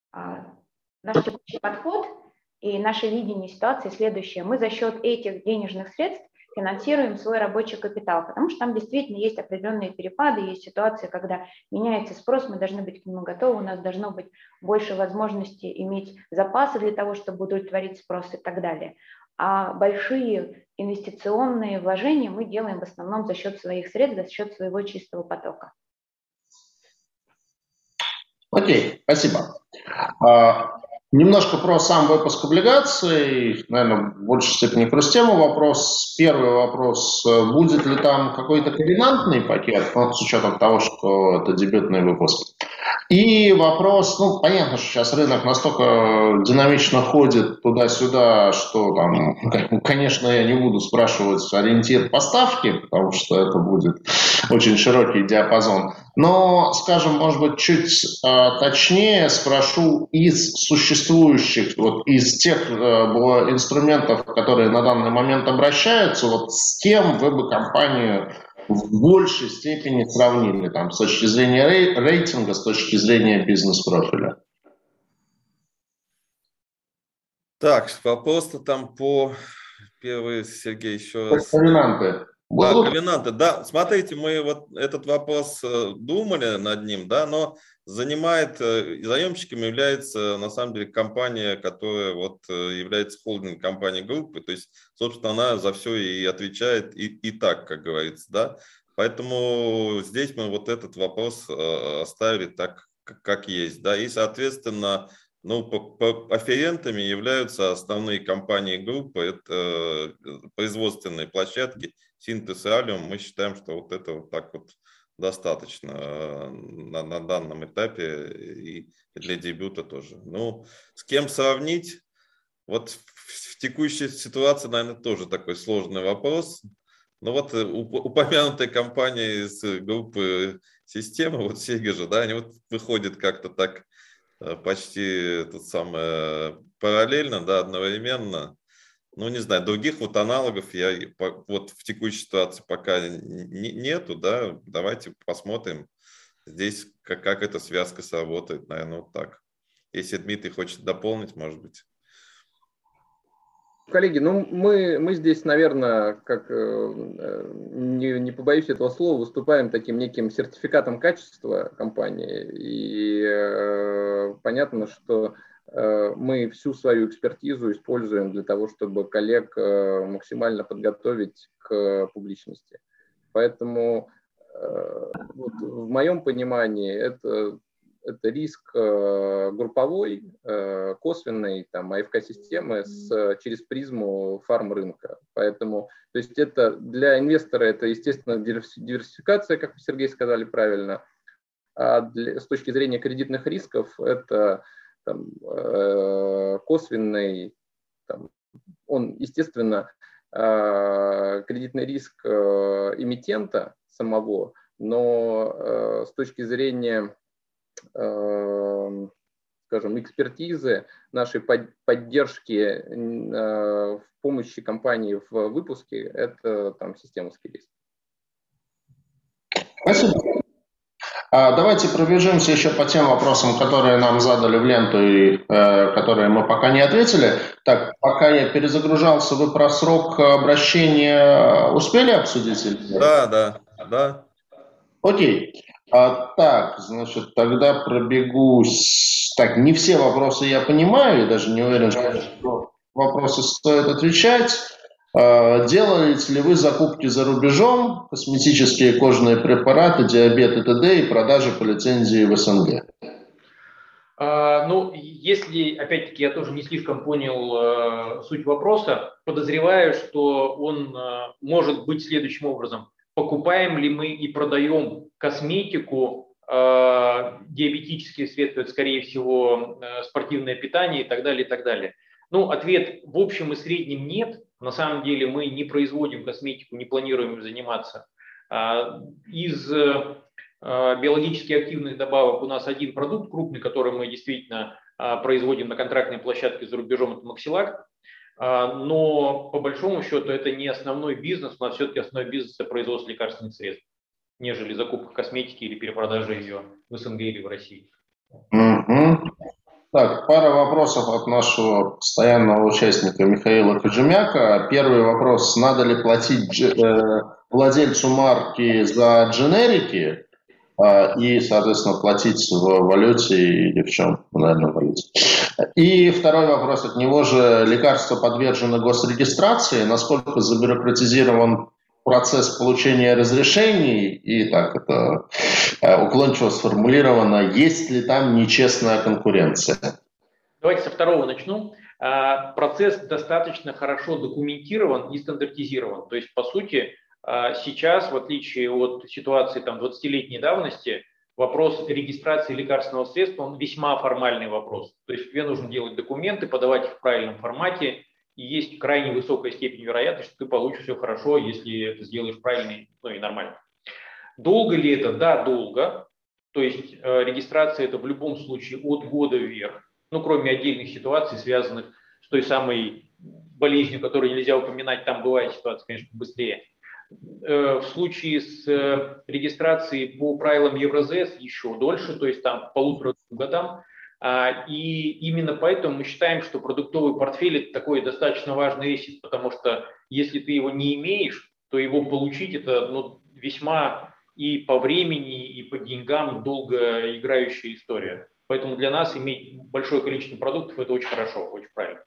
наш текущий подход и наше видение ситуации следующее. Мы за счет этих денежных средств финансируем свой рабочий капитал, потому что там действительно есть определенные перепады, есть ситуации, когда меняется спрос, мы должны быть к нему готовы, у нас должно быть больше возможности иметь запасы для того, чтобы удовлетворить спрос и так далее. А большие инвестиционные вложения мы делаем в основном за счет своих средств, за счет своего чистого потока. Окей, спасибо. Немножко про сам выпуск облигаций, наверное, в большей степени про тему вопрос. Первый вопрос, будет ли там какой-то ковенантный пакет, ну, с учетом того, что это дебютный выпуск. И вопрос, ну, понятно, что сейчас рынок настолько динамично ходит туда-сюда, что там, конечно, я не буду спрашивать ориентир поставки, потому что это будет очень широкий диапазон. Но, скажем, может быть, чуть э, точнее спрошу из существующих, вот из тех э, инструментов, которые на данный момент обращаются, вот с кем вы бы компанию в большей степени сравнили, там, с точки зрения рей, рейтинга, с точки зрения бизнес-профиля? Так, вопрос-то там по... Первый, Сергей, еще раз. Ковенанты. Да, ковенанты, да. Смотрите, мы вот этот вопрос думали над ним, да, но занимает, заемщиками является на самом деле компания, которая вот является холдинг компанией группы, то есть, собственно, она за все и отвечает и, и так, как говорится, да. Поэтому здесь мы вот этот вопрос оставили так, как есть, да, и, соответственно, Ну, по, по афферентами являются основные компании группы, это производственные площадки, Синтез и Алиум. Мы считаем, что вот это вот так вот достаточно на, на данном этапе и для дебюта тоже. Ну, с кем сравнить? Вот в, в текущей ситуации, наверное, тоже такой сложный вопрос. Но вот упомянутая компания из группы «Система», вот Sega же, да, они вот выходят как-то так почти тут самое, параллельно, да, одновременно. Ну, не знаю, других вот аналогов я вот в текущей ситуации пока не, нету, да. Давайте посмотрим здесь, как, как эта связка сработает, наверное, вот так. Если Дмитрий хочет дополнить, может быть. Коллеги, ну мы, мы здесь, наверное, как не, не побоюсь этого слова, выступаем таким неким сертификатом качества компании. И э, понятно, что э, мы всю свою экспертизу используем для того, чтобы коллег э, максимально подготовить к публичности. Поэтому э, вот, в моем понимании это... Это риск э, групповой, э, косвенной, там, АФК-системы с, через призму фарм-рынка. Поэтому, то есть это для инвестора это, естественно, диверсификация, как вы, Сергей, сказали правильно. А для, с точки зрения кредитных рисков это там, э, косвенный, там, он, естественно, э, кредитный риск э, эмитента самого, но э, с точки зрения скажем, экспертизы, нашей поддержки в помощи компании в выпуске, это там системовский риск. Спасибо. Давайте пробежимся еще по тем вопросам, которые нам задали в ленту и э, которые мы пока не ответили. Так, пока я перезагружался, вы про срок обращения успели обсудить? Да, да, да. Окей. А, так, значит, тогда пробегусь. Так, не все вопросы я понимаю, я даже не уверен, что вопросы стоит отвечать. А, делаете ли вы закупки за рубежом, косметические кожные препараты, диабет и т.д. и продажи по лицензии в СНГ? А, ну, если, опять-таки, я тоже не слишком понял э, суть вопроса, подозреваю, что он э, может быть следующим образом. Покупаем ли мы и продаем косметику, э, диабетические средства, это, скорее всего, э, спортивное питание и так далее, и так далее. Ну, ответ в общем и среднем нет. На самом деле мы не производим косметику, не планируем заниматься. А, из э, биологически активных добавок у нас один продукт крупный, который мы действительно э, производим на контрактной площадке за рубежом, это Максилак. Но по большому счету это не основной бизнес, у нас все-таки основной бизнес – это производство лекарственных средств, нежели закупка косметики или перепродажа ее в СНГ или в России. Mm-hmm. Так, пара вопросов от нашего постоянного участника Михаила Кожемяка. Первый вопрос: надо ли платить э, владельцу марки за дженерики? И, соответственно, платить в валюте или в чем, наверное, в валюте. И второй вопрос от него же: лекарства подвержены госрегистрации, насколько забюрократизирован процесс получения разрешений, и так это уклончиво сформулировано, есть ли там нечестная конкуренция? Давайте со второго начну. Процесс достаточно хорошо документирован и стандартизирован. То есть, по сути, сейчас, в отличие от ситуации там, двадцатилетней давности, вопрос регистрации лекарственного средства, он весьма формальный вопрос. То есть тебе нужно делать документы, подавать их в правильном формате, и есть крайне высокая степень вероятности, что ты получишь все хорошо, если это сделаешь правильно, ну и нормально. Долго ли это? Да, долго. То есть э, регистрация это в любом случае от года вверх, ну кроме отдельных ситуаций, связанных с той самой болезнью, которую нельзя упоминать, там бывает ситуация, конечно, быстрее. В случае с регистрацией по правилам Евразес еще дольше, то есть там полутора годам. И именно поэтому мы считаем, что продуктовый портфель – это такой достаточно важный ресурс, потому что если ты его не имеешь, то его получить – это ну, весьма и по времени, и по деньгам долго играющая история. Поэтому для нас иметь большое количество продуктов – это очень хорошо, очень правильно.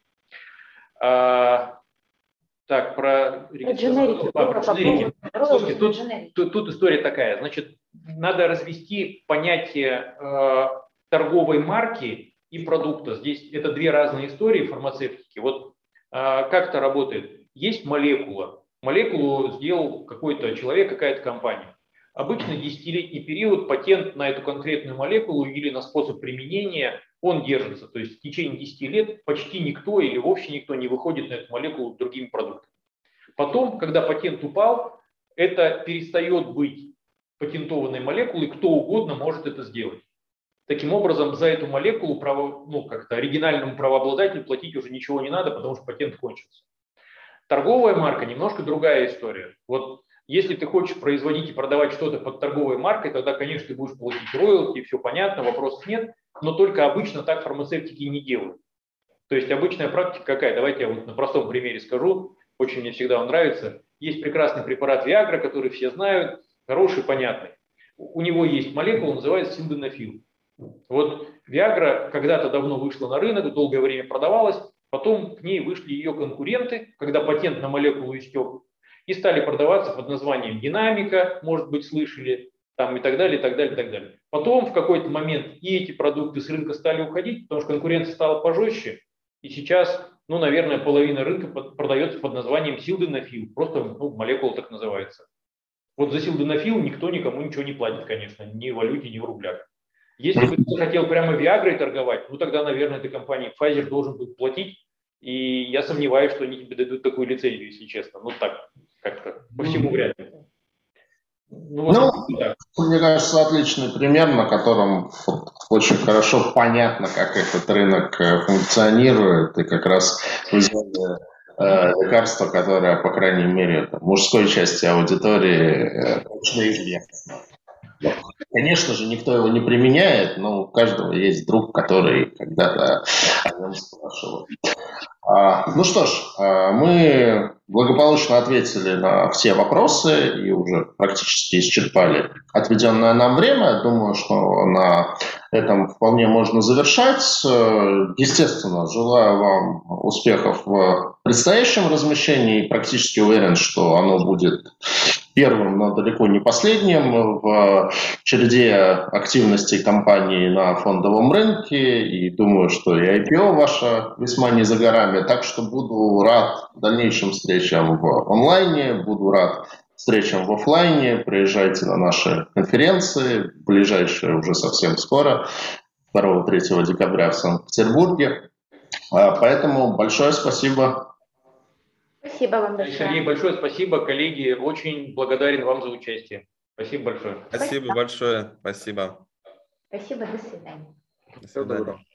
Так, про регистрацию. А, про дженерики. Слушайте, тут, тут, тут история такая. Значит, надо развести понятие э, торговой марки и продукта. Здесь это две разные истории фармацевтики. Вот а, как это работает? Есть молекула. Молекулу сделал какой-то человек, какая-то компания. Обычно десятилетний период патент на эту конкретную молекулу или на способ применения, он держится. То есть в течение десяти лет почти никто или вообще никто не выходит на эту молекулу другими продуктами. Потом, когда патент упал, это перестает быть патентованной молекулой, кто угодно может это сделать. Таким образом, за эту молекулу право, ну, как-то оригинальному правообладателю платить уже ничего не надо, потому что патент кончился. Торговая марка немножко другая история. Вот если ты хочешь производить и продавать что-то под торговой маркой, тогда, конечно, ты будешь получить роялти, все понятно, вопросов нет, но только обычно так фармацевтики не делают. То есть обычная практика какая? Давайте я вот на простом примере скажу, очень мне всегда он нравится. Есть прекрасный препарат Viagra, который все знают, хороший, понятный. У него есть молекула, называется силденафил. Вот Viagra когда-то давно вышла на рынок, долгое время продавалась, потом к ней вышли ее конкуренты, когда патент на молекулу истек, и стали продаваться под названием динамика, может быть, слышали, там и так далее, и так далее, и так далее. Потом в какой-то момент и эти продукты с рынка стали уходить, потому что конкуренция стала пожестче, и сейчас, ну, наверное, половина рынка под, продается под названием силденафил, просто ну, молекула так называется. Вот за силденафил никто никому ничего не платит, конечно, ни в валюте, ни в рублях. Если бы ты хотел прямо Viagra торговать, ну тогда, наверное, этой компании Pfizer должен был платить, и я сомневаюсь, что они тебе дадут такую лицензию, если честно. Ну так, как-то, по всему вряд ли. Ну, вот ну так. Мне кажется, отличный пример, на котором очень хорошо понятно, как этот рынок функционирует, и как раз вызвали э, лекарство, которое, по крайней мере, там, мужской части аудитории точно э, известно. Конечно же, никто его не применяет, но у каждого есть друг, который когда-то о нем спрашивал. А, ну что ж, мы благополучно ответили на все вопросы и уже практически исчерпали отведенное нам время. Думаю, что на этом вполне можно завершать. Естественно, желаю вам успехов в предстоящем размещении. Практически уверен, что оно будет первым, но далеко не последним в череде активностей компании на фондовом рынке. И думаю, что и ай пи о ваше весьма не за горами. Так что буду рад дальнейшим встречам в онлайне, буду рад встречам в офлайне. Приезжайте на наши конференции, ближайшие уже совсем скоро, второго-третьего декабря в Санкт-Петербурге. Поэтому большое спасибо. Спасибо вам большое. Сергей, большое спасибо, коллеги. Очень благодарен вам за участие. Спасибо большое. Спасибо, спасибо. большое. Спасибо. Спасибо, до свидания. До свидания.